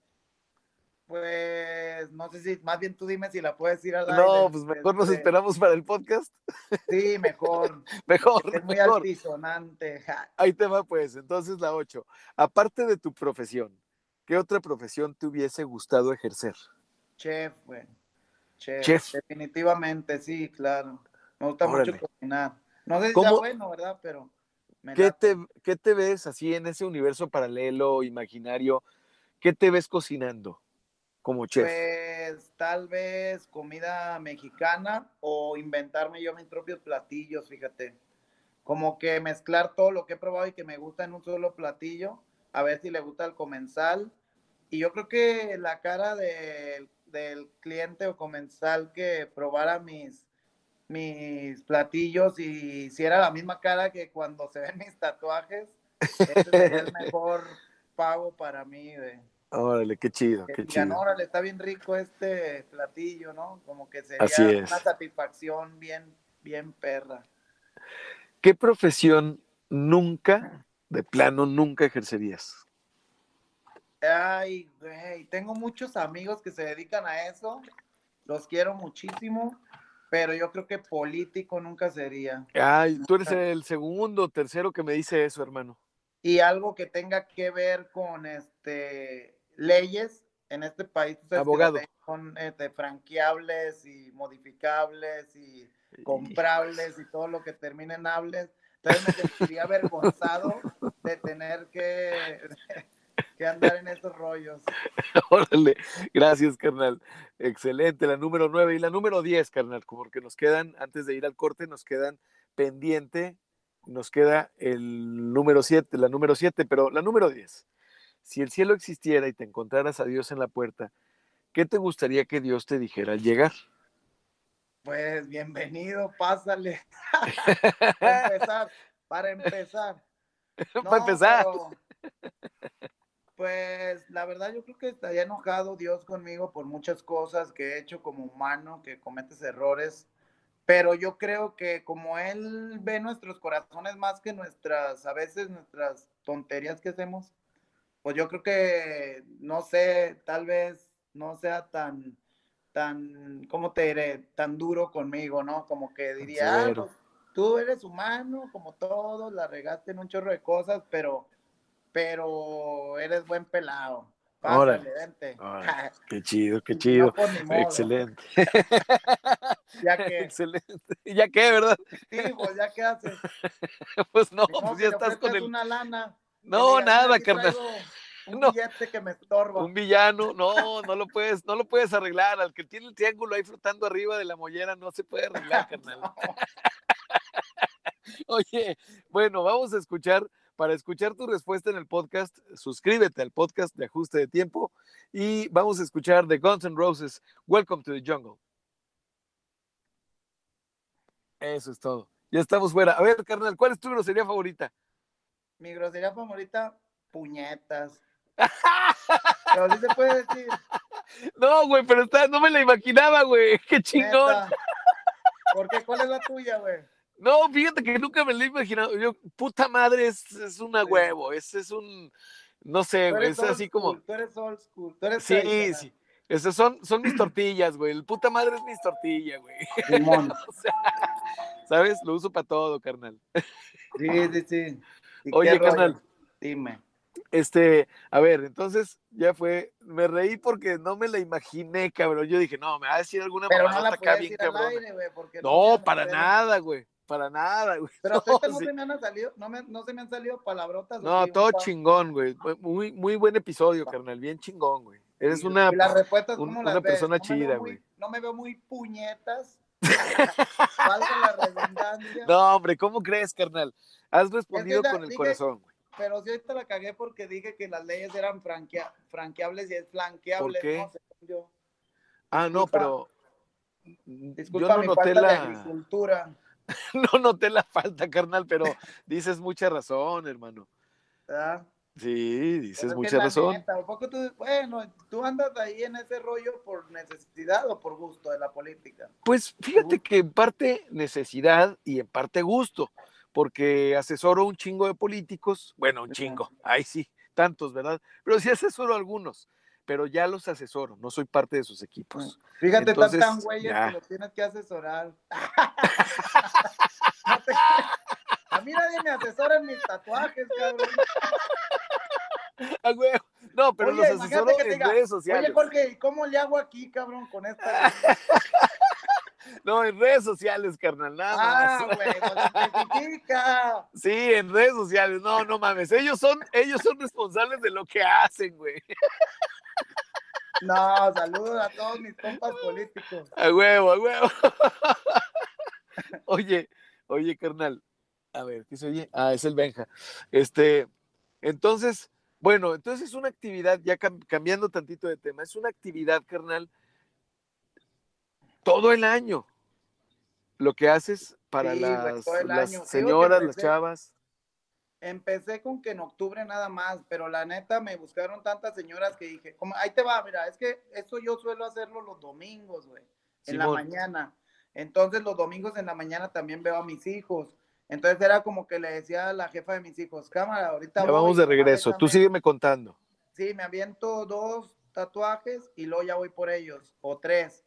Pues, no sé si, más bien tú dime si la puedes ir al No, aire. pues mejor nos Este, esperamos para el podcast. sí, mejor. Mejor, Es muy mejor. altisonante. Ja. Ahí te va, pues. Entonces, la ocho. Aparte de tu profesión, ¿qué otra profesión te hubiese gustado ejercer? Chef, güey. Chef. Chef. Definitivamente, sí, claro. Me gusta Órale. mucho cocinar. No sé si ¿Cómo? sea bueno, ¿verdad? Pero me ¿Qué late. te, ¿Qué te ves así en ese universo paralelo, imaginario? ¿Qué te ves cocinando como chef? Pues tal vez comida mexicana o inventarme yo mis propios platillos, fíjate. Como que mezclar todo lo que he probado y que me gusta en un solo platillo, a ver si le gusta al comensal. Y yo creo que la cara de, del cliente o comensal que probara mis, mis platillos y si era la misma cara que cuando se ven mis tatuajes, ese sería el mejor pago para mí. De, Órale, qué chido, que qué digan, chido. órale, está bien rico este platillo, ¿no? Como que Así sería es. una satisfacción bien, bien perra. ¿Qué profesión nunca, de plano, nunca ejercerías? Ay, güey, tengo muchos amigos que se dedican a eso, los quiero muchísimo, pero yo creo que político nunca sería. Ay, tú eres el segundo, tercero que me dice eso, hermano. Y algo que tenga que ver con este leyes en este país, tú sabes Abogado. que las leyes son este, franqueables y modificables y comprables y todo lo que termine en hables. Entonces me sentiría avergonzado de tener que, que andar en esos rollos. Órale, gracias, carnal. Excelente, la número nueve y la número diez, carnal, porque nos quedan, antes de ir al corte, nos quedan pendiente, nos queda el número siete, la número siete, pero la número diez. Si el cielo existiera y te encontraras a Dios en la puerta, ¿qué te gustaría que Dios te dijera al llegar? Pues bienvenido, pásale. Para empezar, para empezar. No, para empezar. Pero, pues la verdad yo creo que estaría enojado Dios conmigo por muchas cosas que he hecho como humano, que cometes errores, pero yo creo que como Él ve nuestros corazones más que nuestras, a veces nuestras tonterías que hacemos, pues yo creo que, no sé, tal vez no sea tan, tan, ¿cómo te diré? Tan duro conmigo, ¿no? Como que diría, ah, pues, tú eres humano, como todos, la regaste en un chorro de cosas, pero, pero eres buen pelado. Pásale, vente. Órale, qué chido, qué Y chido. no, pues, ni modo. Excelente. Ya que. Excelente. Ya qué, ¿verdad? Sí, pues ya qué haces. Pues no, Ni modo pues que ya le estás con el. una lana. No, digas, nada, aquí carnal. traigo un No. billete que me estorba. Un villano, no, no lo puedes, no lo puedes arreglar. Al que tiene el triángulo ahí flotando arriba de la mollera no se puede arreglar, carnal. No. Oye, bueno, vamos a escuchar, para escuchar tu respuesta en el podcast, suscríbete al podcast de Ajuste de Tiempo y vamos a escuchar de Guns N' Roses, Welcome to the Jungle. Eso es todo. Ya estamos fuera. A ver, carnal, ¿cuál es tu grosería favorita? Mi grosería favorita, puñetas. Pero sí se puede decir. No, güey, pero está, no me la imaginaba, güey. Qué chingón. Neta. ¿Por qué? ¿Cuál es la tuya, güey? No, fíjate que nunca me la he imaginado. Yo, puta madre, es, es una sí. huevo. Es, es un, no sé, güey, es así school, como. Tú eres old school, tú eres Sí, sí. Esas son, son mis tortillas, güey. El puta madre es mis tortillas, güey. Simón. O sea, ¿sabes? Lo uso para todo, carnal. Sí, sí, sí. Oye, carnal. Rollo? Dime. Este, a ver, entonces ya fue, me reí porque no me la imaginé, cabrón. Yo dije, no, me va a decir alguna Pero no la acá bien cabrón. No, no para nada, güey. Para nada, güey. Pero no, no sí. se me han salido, no, me, no se me han salido palabrotas. No, todo chingón, güey. Muy, muy buen episodio, carnal. Bien chingón, güey. Eres y, una, y las respuestas, un, ¿cómo una las persona ves? No chida, güey. No me veo muy puñetas. Valga la redundancia. No, hombre, ¿cómo crees, carnal? Has respondido es que con el dije, corazón, güey. Pero si ahorita la cagué porque dije que las leyes eran franquea, franqueables y es flanqueables, ¿por qué? ¿no? Según yo. Ah, no, Disculpa, pero yo disculpa no mi noté falta de la, agricultura. no noté la falta, carnal, pero dices mucha razón, hermano. ¿Verdad? Sí, Pues dices es que es mucha la razón. neta, ¿un poco tú, bueno, tú andas ahí en ese rollo por necesidad o por gusto de la política? Pues Por fíjate gusto. que en parte necesidad y en parte gusto, porque asesoro un chingo de políticos, bueno, un chingo, ahí sí, tantos, ¿verdad? Pero sí asesoro a algunos, pero ya los asesoro, no soy parte de sus equipos. Fíjate, están tan Entonces, güeyes que ya. los tienes que asesorar. No te creas. A mí nadie me asesora en mis tatuajes, cabrón. Ah, güey. No, pero los Oye, imagínate asesoro que te en diga, redes oye, sociales. Jorge, ¿y cómo le hago aquí, cabrón, con esta línea? No, en redes sociales, carnal, nada más. Ah, güey, pues especifica. Sí, en redes sociales. No, no mames. Ellos son, ellos son responsables de lo que hacen, güey. No, saludos a todos mis compas políticos. A huevo, a huevo. Oye, oye, carnal. A ver, ¿qué se oye? Ah, es el Benja. Este, entonces, bueno, entonces es una actividad, ya cam cambiando tantito de tema, es una actividad, carnal, todo el año. Lo que haces para Sí, güey, todo las, el las año. Te digo que señoras, las empecé, chavas. empecé con que en octubre nada más, pero la neta me buscaron tantas señoras que dije, como, ahí te va, mira, es que eso yo suelo hacerlo los domingos, güey, en la Simón, mañana. Entonces los domingos en la mañana también veo a mis hijos. Entonces era como que le decía a la jefa de mis hijos, cámara, ahorita ya vamos voy, de nomás regreso. Tú déjame, sígueme contando. sí, me aviento dos tatuajes y luego ya voy por ellos, o tres.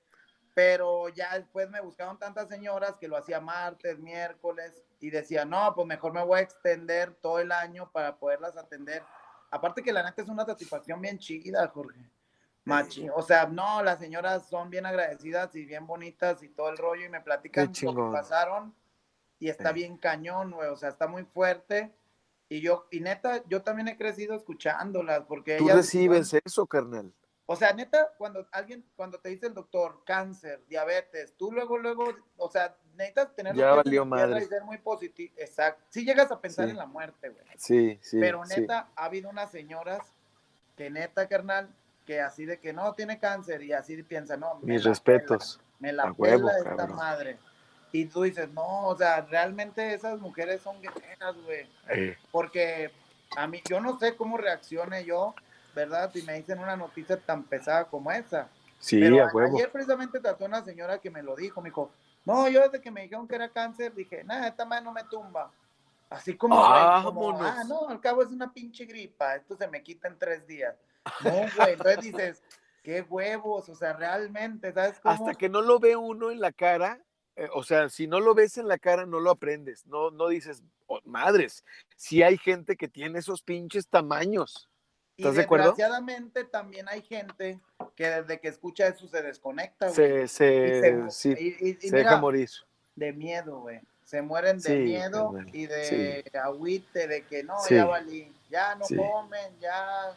Pero ya después me buscaron tantas señoras que lo hacía martes, miércoles, y decía, no, pues mejor me voy a extender todo el año para poderlas atender. Aparte que la neta es una satisfacción bien chida, Jorge. Machi, o sea, no, las señoras son bien agradecidas y bien bonitas y todo el rollo, y me Qué platican lo que chingón. pasaron, y está Eh. bien cañón, güey, o sea, está muy fuerte. Y yo, y neta, yo también he crecido escuchándolas, porque Tú ellas, recibes eso, carnal. o sea, neta, cuando alguien, cuando te dice el doctor, cáncer, diabetes, tú luego, luego, o sea, necesitas tener los Ya pies en valió la tierra y madre. ser muy positivo. Exacto. Sí llegas a pensar en Sí, la muerte, güey. sí, sí, Pero sí. neta, ha habido unas señoras que neta, carnal, que así de que no tiene cáncer y así piensa, no, me Mis la pela, respetos. me A la huevo, pela esta cabrón. madre. Y tú dices, no, o sea, realmente esas mujeres son guerreras, güey. Eh. Porque a mí, yo no sé cómo reaccione yo, ¿verdad? Si me dicen una noticia tan pesada como esa. Sí, Pero a a, huevo. ayer precisamente trató una señora que me lo dijo, me dijo, no, yo desde que me dijeron que era cáncer, dije, nada, esta madre no me tumba. Así como, güey, como, ah, Vámonos. no, al cabo es una pinche gripa, esto se me quita en tres días. No, güey, entonces dices, qué huevos, o sea, realmente, ¿sabes Hasta cómo? que no lo ve uno en la cara, eh, o sea, si no lo ves en la cara, no lo aprendes. No, no dices, oh, madres, si hay gente que tiene esos pinches tamaños. Y ¿Estás de acuerdo? desgraciadamente también hay gente que desde que escucha eso se desconecta, güey. Se, Y, se, se, sí, y, y, y se deja mira, morir. de miedo, güey. Se mueren de Sí, miedo carnal. y Sí, de agüite, de que no, ya sí, valí, ya no sí. comen, ya.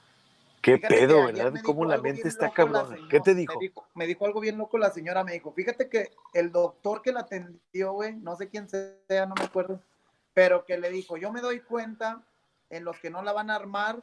Qué Fíjate que pedo, ayer ¿verdad? me Cómo dijo la algo mente bien está loco la cabrona. ¿Qué señora, te me dijo? dijo, me dijo algo bien loco la señora, me dijo, fíjate que el doctor que la atendió, güey, no sé quién sea, no me acuerdo, pero que le dijo, yo me doy cuenta en los que no la van a armar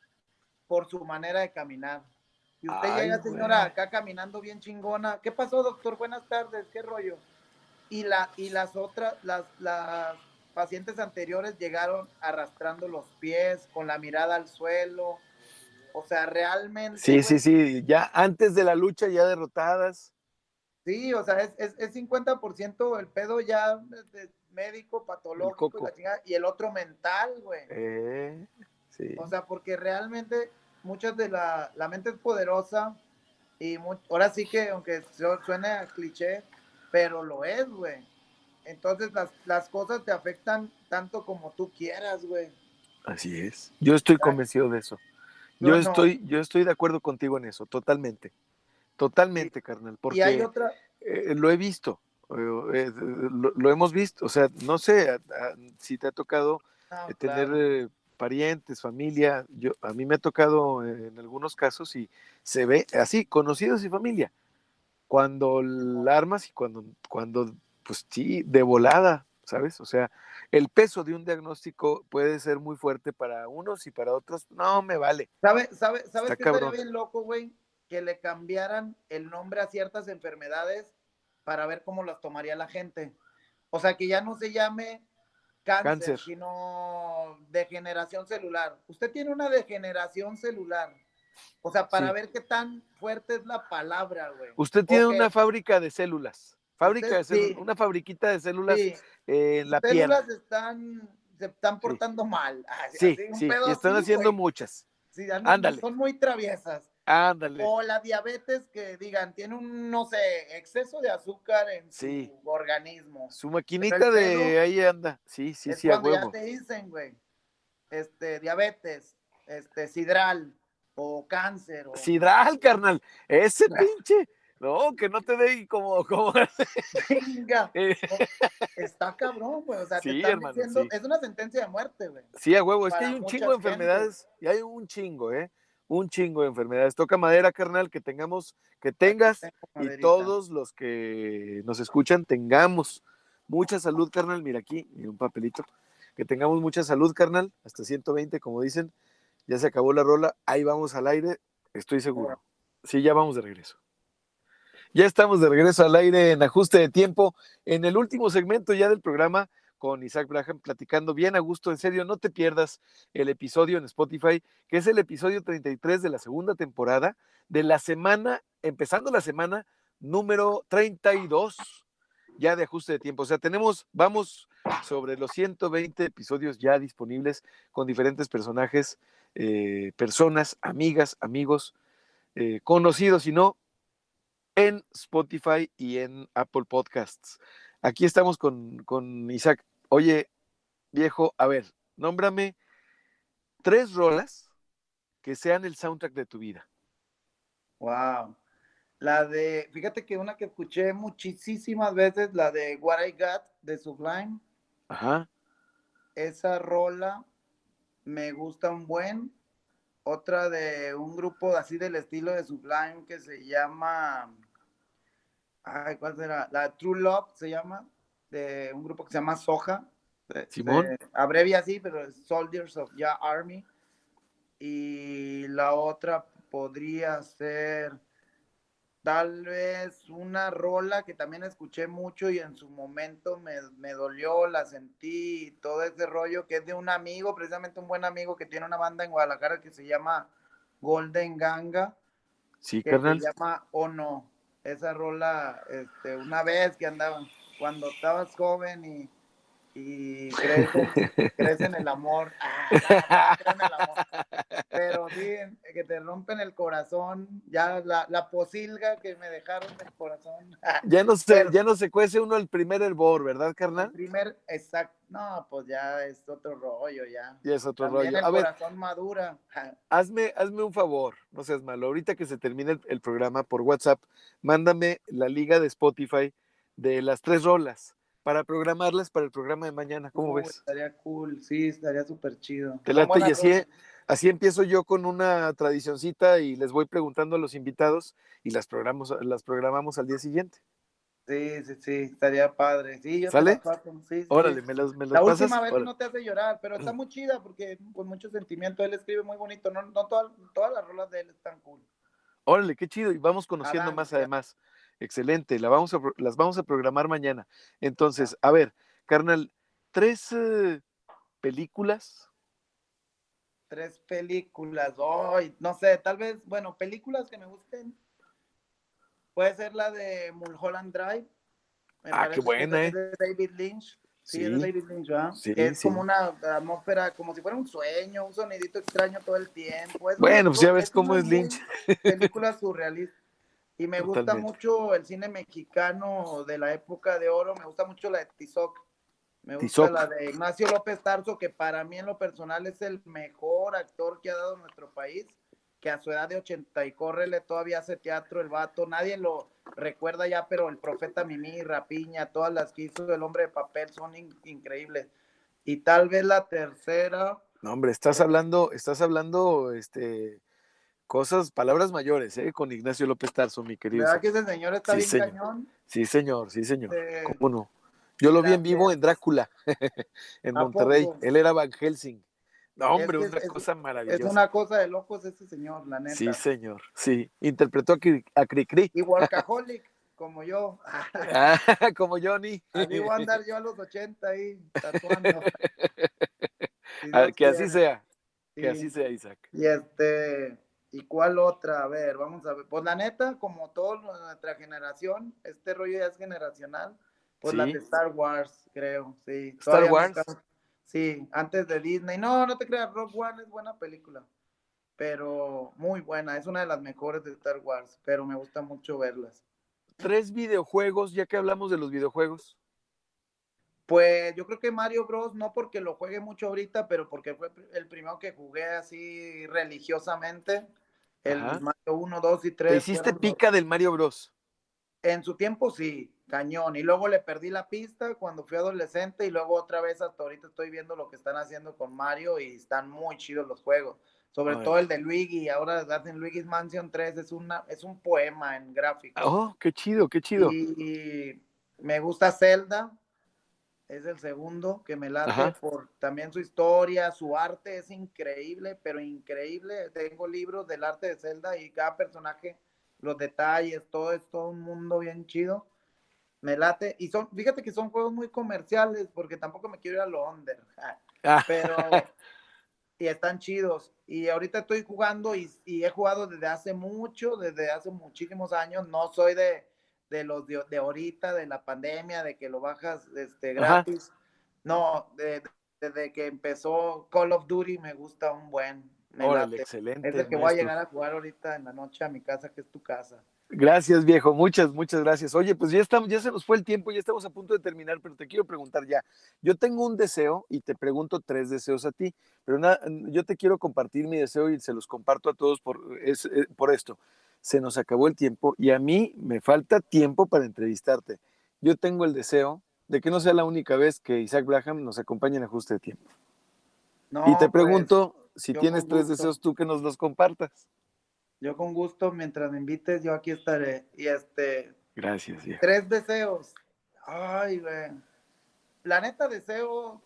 por su manera de caminar. Y usted Ay, llega, señora, güey. acá caminando bien chingona. ¿Qué pasó, doctor? Buenas tardes, ¿qué rollo? Y, la, y las otras, las, las pacientes anteriores llegaron arrastrando los pies, con la mirada al suelo. O sea, realmente, Sí, sí, güey. sí. Ya antes de la lucha, ya derrotadas. Sí, o sea, es, es, es cincuenta por ciento el pedo ya de médico, El patológico y la coco. chingada, y el otro mental, güey. Eh, sí. O sea, porque realmente muchas de la, la mente es poderosa y mu- ahora sí que, aunque su- suene a cliché, pero lo es, güey. Entonces las, las cosas te afectan tanto como tú quieras, güey. Así es. Yo estoy ¿Sabes? convencido de eso. Yo Yo no. estoy, yo estoy de acuerdo contigo en eso, totalmente. Y, Totalmente, carnal, y hay porque otra. eh, lo he visto, eh, eh, lo, lo hemos visto, o sea, no sé a- a- si te ha tocado eh, No, tener claro. eh, parientes, familia, yo, a mí me ha tocado eh, en algunos casos y se ve así, conocidos y familia, cuando la armas y cuando, cuando, pues sí, de volada, ¿sabes? O sea, el peso de un diagnóstico puede ser muy fuerte para unos y para otros, no me vale, ¿Sabe, sabe, ¿Sabes está qué estaría cabrón. bien loco, güey? que le cambiaran el nombre a ciertas enfermedades para ver cómo las tomaría la gente. O sea, que ya no se llame cáncer, cáncer. sino degeneración celular. Usted tiene una degeneración celular. O sea, para sí. ver qué tan fuerte es la palabra, güey. Usted tiene okay. una fábrica de células. Fábrica Usted, de células, sí. una fabriquita de células sí. eh, en la Sus pierna. Células están, se están portando sí. mal. Así, sí, así, un sí, pedo y están así, haciendo güey. muchas. Sí, Ándale. Son muy traviesas. Ándale. O la diabetes que digan, tiene un, no sé, exceso de azúcar en sí. su organismo. Su maquinita de ahí anda. Sí, sí, es sí, cuando a huevo. ya te dicen, güey, este, diabetes, este, sidral, o cáncer. O... Sidral, carnal. Ese pinche. No, que no te dé como, como... Venga. Está cabrón, güey. O sea, sí, te están hermano, diciendo, sí. es una sentencia de muerte, güey. Sí, a huevo. Es que hay un chingo de enfermedades. Gente. Y hay un chingo, ¿eh? Un chingo de enfermedades. Toca madera, carnal, que tengamos, que tengas y todos los que nos escuchan tengamos mucha salud, carnal. Mira aquí, mira un papelito. Que tengamos mucha salud, carnal. Hasta ciento veinte, como dicen. Ya se acabó la rola. Ahí vamos al aire. Estoy seguro. Sí, ya vamos de regreso. Ya estamos de regreso al aire en Ajuste de Tiempo, en el último segmento ya del programa con Isaac Braham, platicando bien a gusto. En serio, no te pierdas el episodio en Spotify, que es el episodio treinta y tres de la segunda temporada, de la semana, empezando la semana número treinta y dos, ya de Ajuste de Tiempo. O sea, tenemos, vamos sobre los ciento veinte episodios ya disponibles con diferentes personajes, eh, personas, amigas, amigos, eh, conocidos y no, en Spotify y en Apple Podcasts. Aquí estamos con, con Isaac. Oye, viejo, a ver, nómbrame tres rolas que sean el soundtrack de tu vida. Wow. La de, fíjate que una que escuché muchísimas veces, la de What I Got de Sublime. Ajá. Esa rola me gusta un buen. Otra de un grupo así del estilo de Sublime que se llama... Ay, ¿cuál será? La True Love se llama, de un grupo que se llama Soja. Simón. Se abrevia así, pero es Soldiers of Ya Army. Y la otra podría ser tal vez una rola que también escuché mucho y en su momento me, me dolió, la sentí, todo ese rollo, que es de un amigo, precisamente un buen amigo que tiene una banda en Guadalajara que se llama Golden Ganga. Sí, que carnal. se llama Oh No. Esa rola, este, una vez que andaban, cuando estabas joven y, y crees, en, crees en el amor, ah, no, no, no en el amor, pero sí, que te rompen el corazón, ya la, la posilga que me dejaron del corazón. Ya no se, pero, ya no se cuece uno el primer hervor, ¿verdad, carnal? El primer, exacto, no, pues ya es otro rollo, ya. Ya es otro También rollo. El A corazón ver, madura. Hazme, hazme un favor, no seas malo. Ahorita que se termine el, el programa por WhatsApp, mándame la liga de Spotify de las tres rolas para programarlas para el programa de mañana. ¿Cómo uh, ves? Estaría cool, sí, estaría súper chido. Te late, y así, así empiezo yo con una tradicioncita y les voy preguntando a los invitados y las programamos, las programamos al día siguiente. Sí, sí, sí, estaría padre. Sí, yo ¿Sale? te las paso. Sí, sí. Órale, me las, me las La pasas. última vez Órale. no te hace llorar, pero está muy chida porque con mucho sentimiento. Él escribe muy bonito. No, no todas, todas las rolas de él están cool. Órale, qué chido. Y vamos conociendo Adán, más ya. además. Excelente. La vamos a, las vamos a programar mañana. Entonces, a ver, carnal, tres uh, películas. Tres películas. Oh, no sé, tal vez, bueno, películas que me gusten. Puede ser la de Mulholland Drive. Me ah, qué buena, que ¿eh? Es de David Lynch. Sí, sí, es de David Lynch, ¿verdad? Sí, que es sí. como una atmósfera, como si fuera un sueño, un sonidito extraño todo el tiempo. Es bueno, muy, pues ya ves es cómo es Lynch. Película surrealista. Y me Totalmente. gusta mucho el cine mexicano de la época de oro. Me gusta mucho la de Tizoc. Me gusta Tizoc. La de Ignacio López Tarso, que para mí en lo personal es el mejor actor que ha dado nuestro país, que a su edad de ochenta y córrele todavía hace teatro el vato. Nadie lo recuerda ya, pero El Profeta Mimí, Rapiña, todas las que hizo El Hombre de Papel son in- increíbles. Y tal vez la tercera... No, hombre, estás hablando, estás hablando, este... cosas, palabras mayores, ¿eh? Con Ignacio López Tarso, mi querido. ¿Verdad que ese señor está sí, bien señor. cañón? Sí, señor, sí, señor. Eh, ¿Cómo no? Yo lo vi en vivo en Drácula, en ¿A Monterrey. poco? Él era Van Helsing. No, hombre, es, una es, cosa maravillosa. Es una cosa de locos ese señor, la neta. Sí, señor, sí. Interpretó a, Cri a Cricri. Y workaholic, como yo. Ah, como Johnny. Así voy a andar yo a los ochenta ahí, tatuando. Si que quiere. así sea, sí. que así sea, Isaac. Y este, ¿y cuál otra? A ver, vamos a ver. Pues la neta, como toda nuestra generación, este rollo ya es generacional, pues ¿Sí? las de Star Wars, creo, sí. ¿Star Todavía Wars? Nunca, sí, antes de Disney. No, no te creas, Rogue One es buena película, pero muy buena, es una de las mejores de Star Wars, pero me gusta mucho verlas. Tres videojuegos, ya que hablamos de los videojuegos. Pues yo creo que Mario Bros, no porque lo juegue mucho ahorita, pero porque fue el primero que jugué así religiosamente. El Ajá. Mario uno, dos y tres. ¿Te hiciste pica los... del Mario Bros? En su tiempo sí, cañón. Y luego le perdí la pista cuando fui adolescente y luego otra vez hasta ahorita estoy viendo lo que están haciendo con Mario y están muy chidos los juegos. Sobre Ay. todo el de Luigi, ahora hacen Luigi's Mansion tres, es, una, es un poema en gráficos. Oh, qué chido, qué chido. Y, y me gusta Zelda. Es el segundo que me late Ajá. por también su historia, su arte es increíble, pero increíble. Tengo libros del arte de Zelda y cada personaje, los detalles, todo es todo un mundo bien chido. Me late. Y son, fíjate que son juegos muy comerciales, porque tampoco me quiero ir a lo under. Pero, y están chidos. Y ahorita estoy jugando y, y he jugado desde hace mucho, desde hace muchísimos años. No soy de... de los de, de ahorita, de la pandemia, de que lo bajas este, gratis. Ajá. No, desde de, de que empezó Call of Duty me gusta un buen. Órale, excelente. Es el que maestro. Voy a llegar a jugar ahorita en la noche a mi casa, que es tu casa. Gracias, viejo, muchas, muchas gracias. Oye, pues ya estamos, ya se nos fue el tiempo, ya estamos a punto de terminar, pero te quiero preguntar ya. Yo tengo un deseo y te pregunto tres deseos a ti, pero nada, yo te quiero compartir mi deseo y se los comparto a todos por, es, eh, por esto. Se nos acabó el tiempo y a mí me falta tiempo para entrevistarte. Yo tengo el deseo de que no sea la única vez que Isaac Blaham nos acompañe en Ajuste de Tiempo. No, y te pregunto pues, si tienes tres deseos tú que nos los compartas. Yo con gusto, mientras me invites, yo aquí estaré. Y este... Gracias, viejo. Tres deseos. Ay, güey. La neta deseo,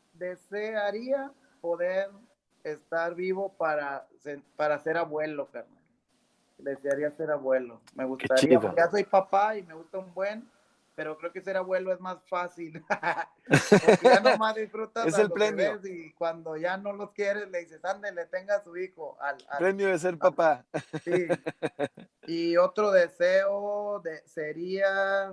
desearía poder estar vivo para, para ser abuelo, carnal. Desearía ser abuelo, me gustaría, porque ya soy papá y me gusta un buen, pero creo que ser abuelo es más fácil, porque ya nomás disfrutas es el premio, y cuando ya no los quieres le dices, ándale, tenga a su hijo. Al, al, premio de ser papá. Sí, y otro deseo de, sería,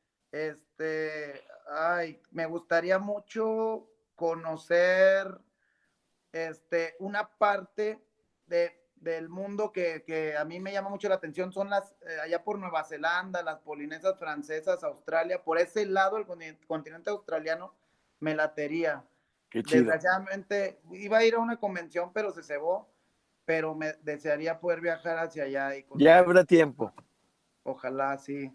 este, ay, me gustaría mucho conocer, este, una parte de del mundo que, que a mí me llama mucho la atención, son las, eh, allá por Nueva Zelanda, las Polinesias francesas, Australia, por ese lado el continente, continente australiano me latería. Qué chido. Desgraciadamente iba a ir a una convención, pero se cebó, pero me desearía poder viajar hacia allá. Y ya habrá tiempo. Ojalá, sí.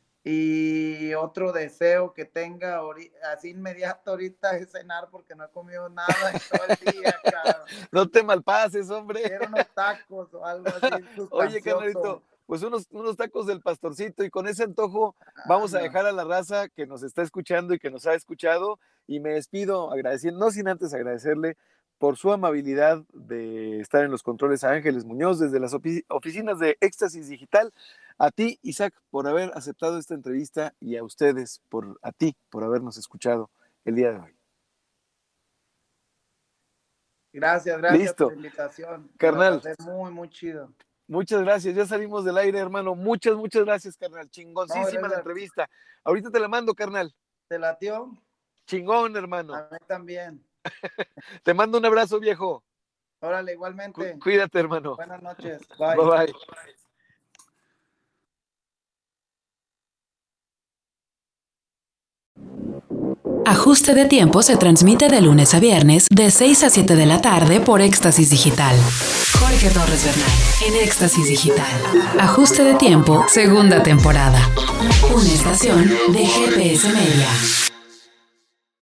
Y otro deseo que tenga así inmediato ahorita es cenar porque no he comido nada en todo el día, cabrón. No te malpases, hombre. Quiero unos tacos o algo así. Oye, carnalito, pues unos, unos tacos del Pastorcito y con ese antojo vamos ah, a dejar a la raza que nos está escuchando y que nos ha escuchado y me despido agradeciendo, no sin antes agradecerle por su amabilidad de estar en los controles a Ángeles Muñoz desde las ofic- oficinas de Éxtasis Digital. A ti, Isaac, por haber aceptado esta entrevista y a ustedes, por a ti, por habernos escuchado el día de hoy. Gracias, gracias Listo. por la invitación. Carnal. Es muy, muy chido. Muchas gracias, ya salimos del aire, hermano. Muchas, muchas gracias, carnal. Chingoncísima no, la entrevista. Ahorita te la mando, carnal. ¿Te latió? Chingón, hermano. A mí también. Te mando un abrazo, viejo. Órale, igualmente. Cu- cuídate, hermano. Buenas noches. Bye. Bye, bye. Ajuste de Tiempo se transmite de lunes a viernes de seis a siete de la tarde por Éxtasis Digital. Jorge Torres Bernal en Éxtasis Digital. Ajuste de Tiempo, segunda temporada. Una estación de G P S Media.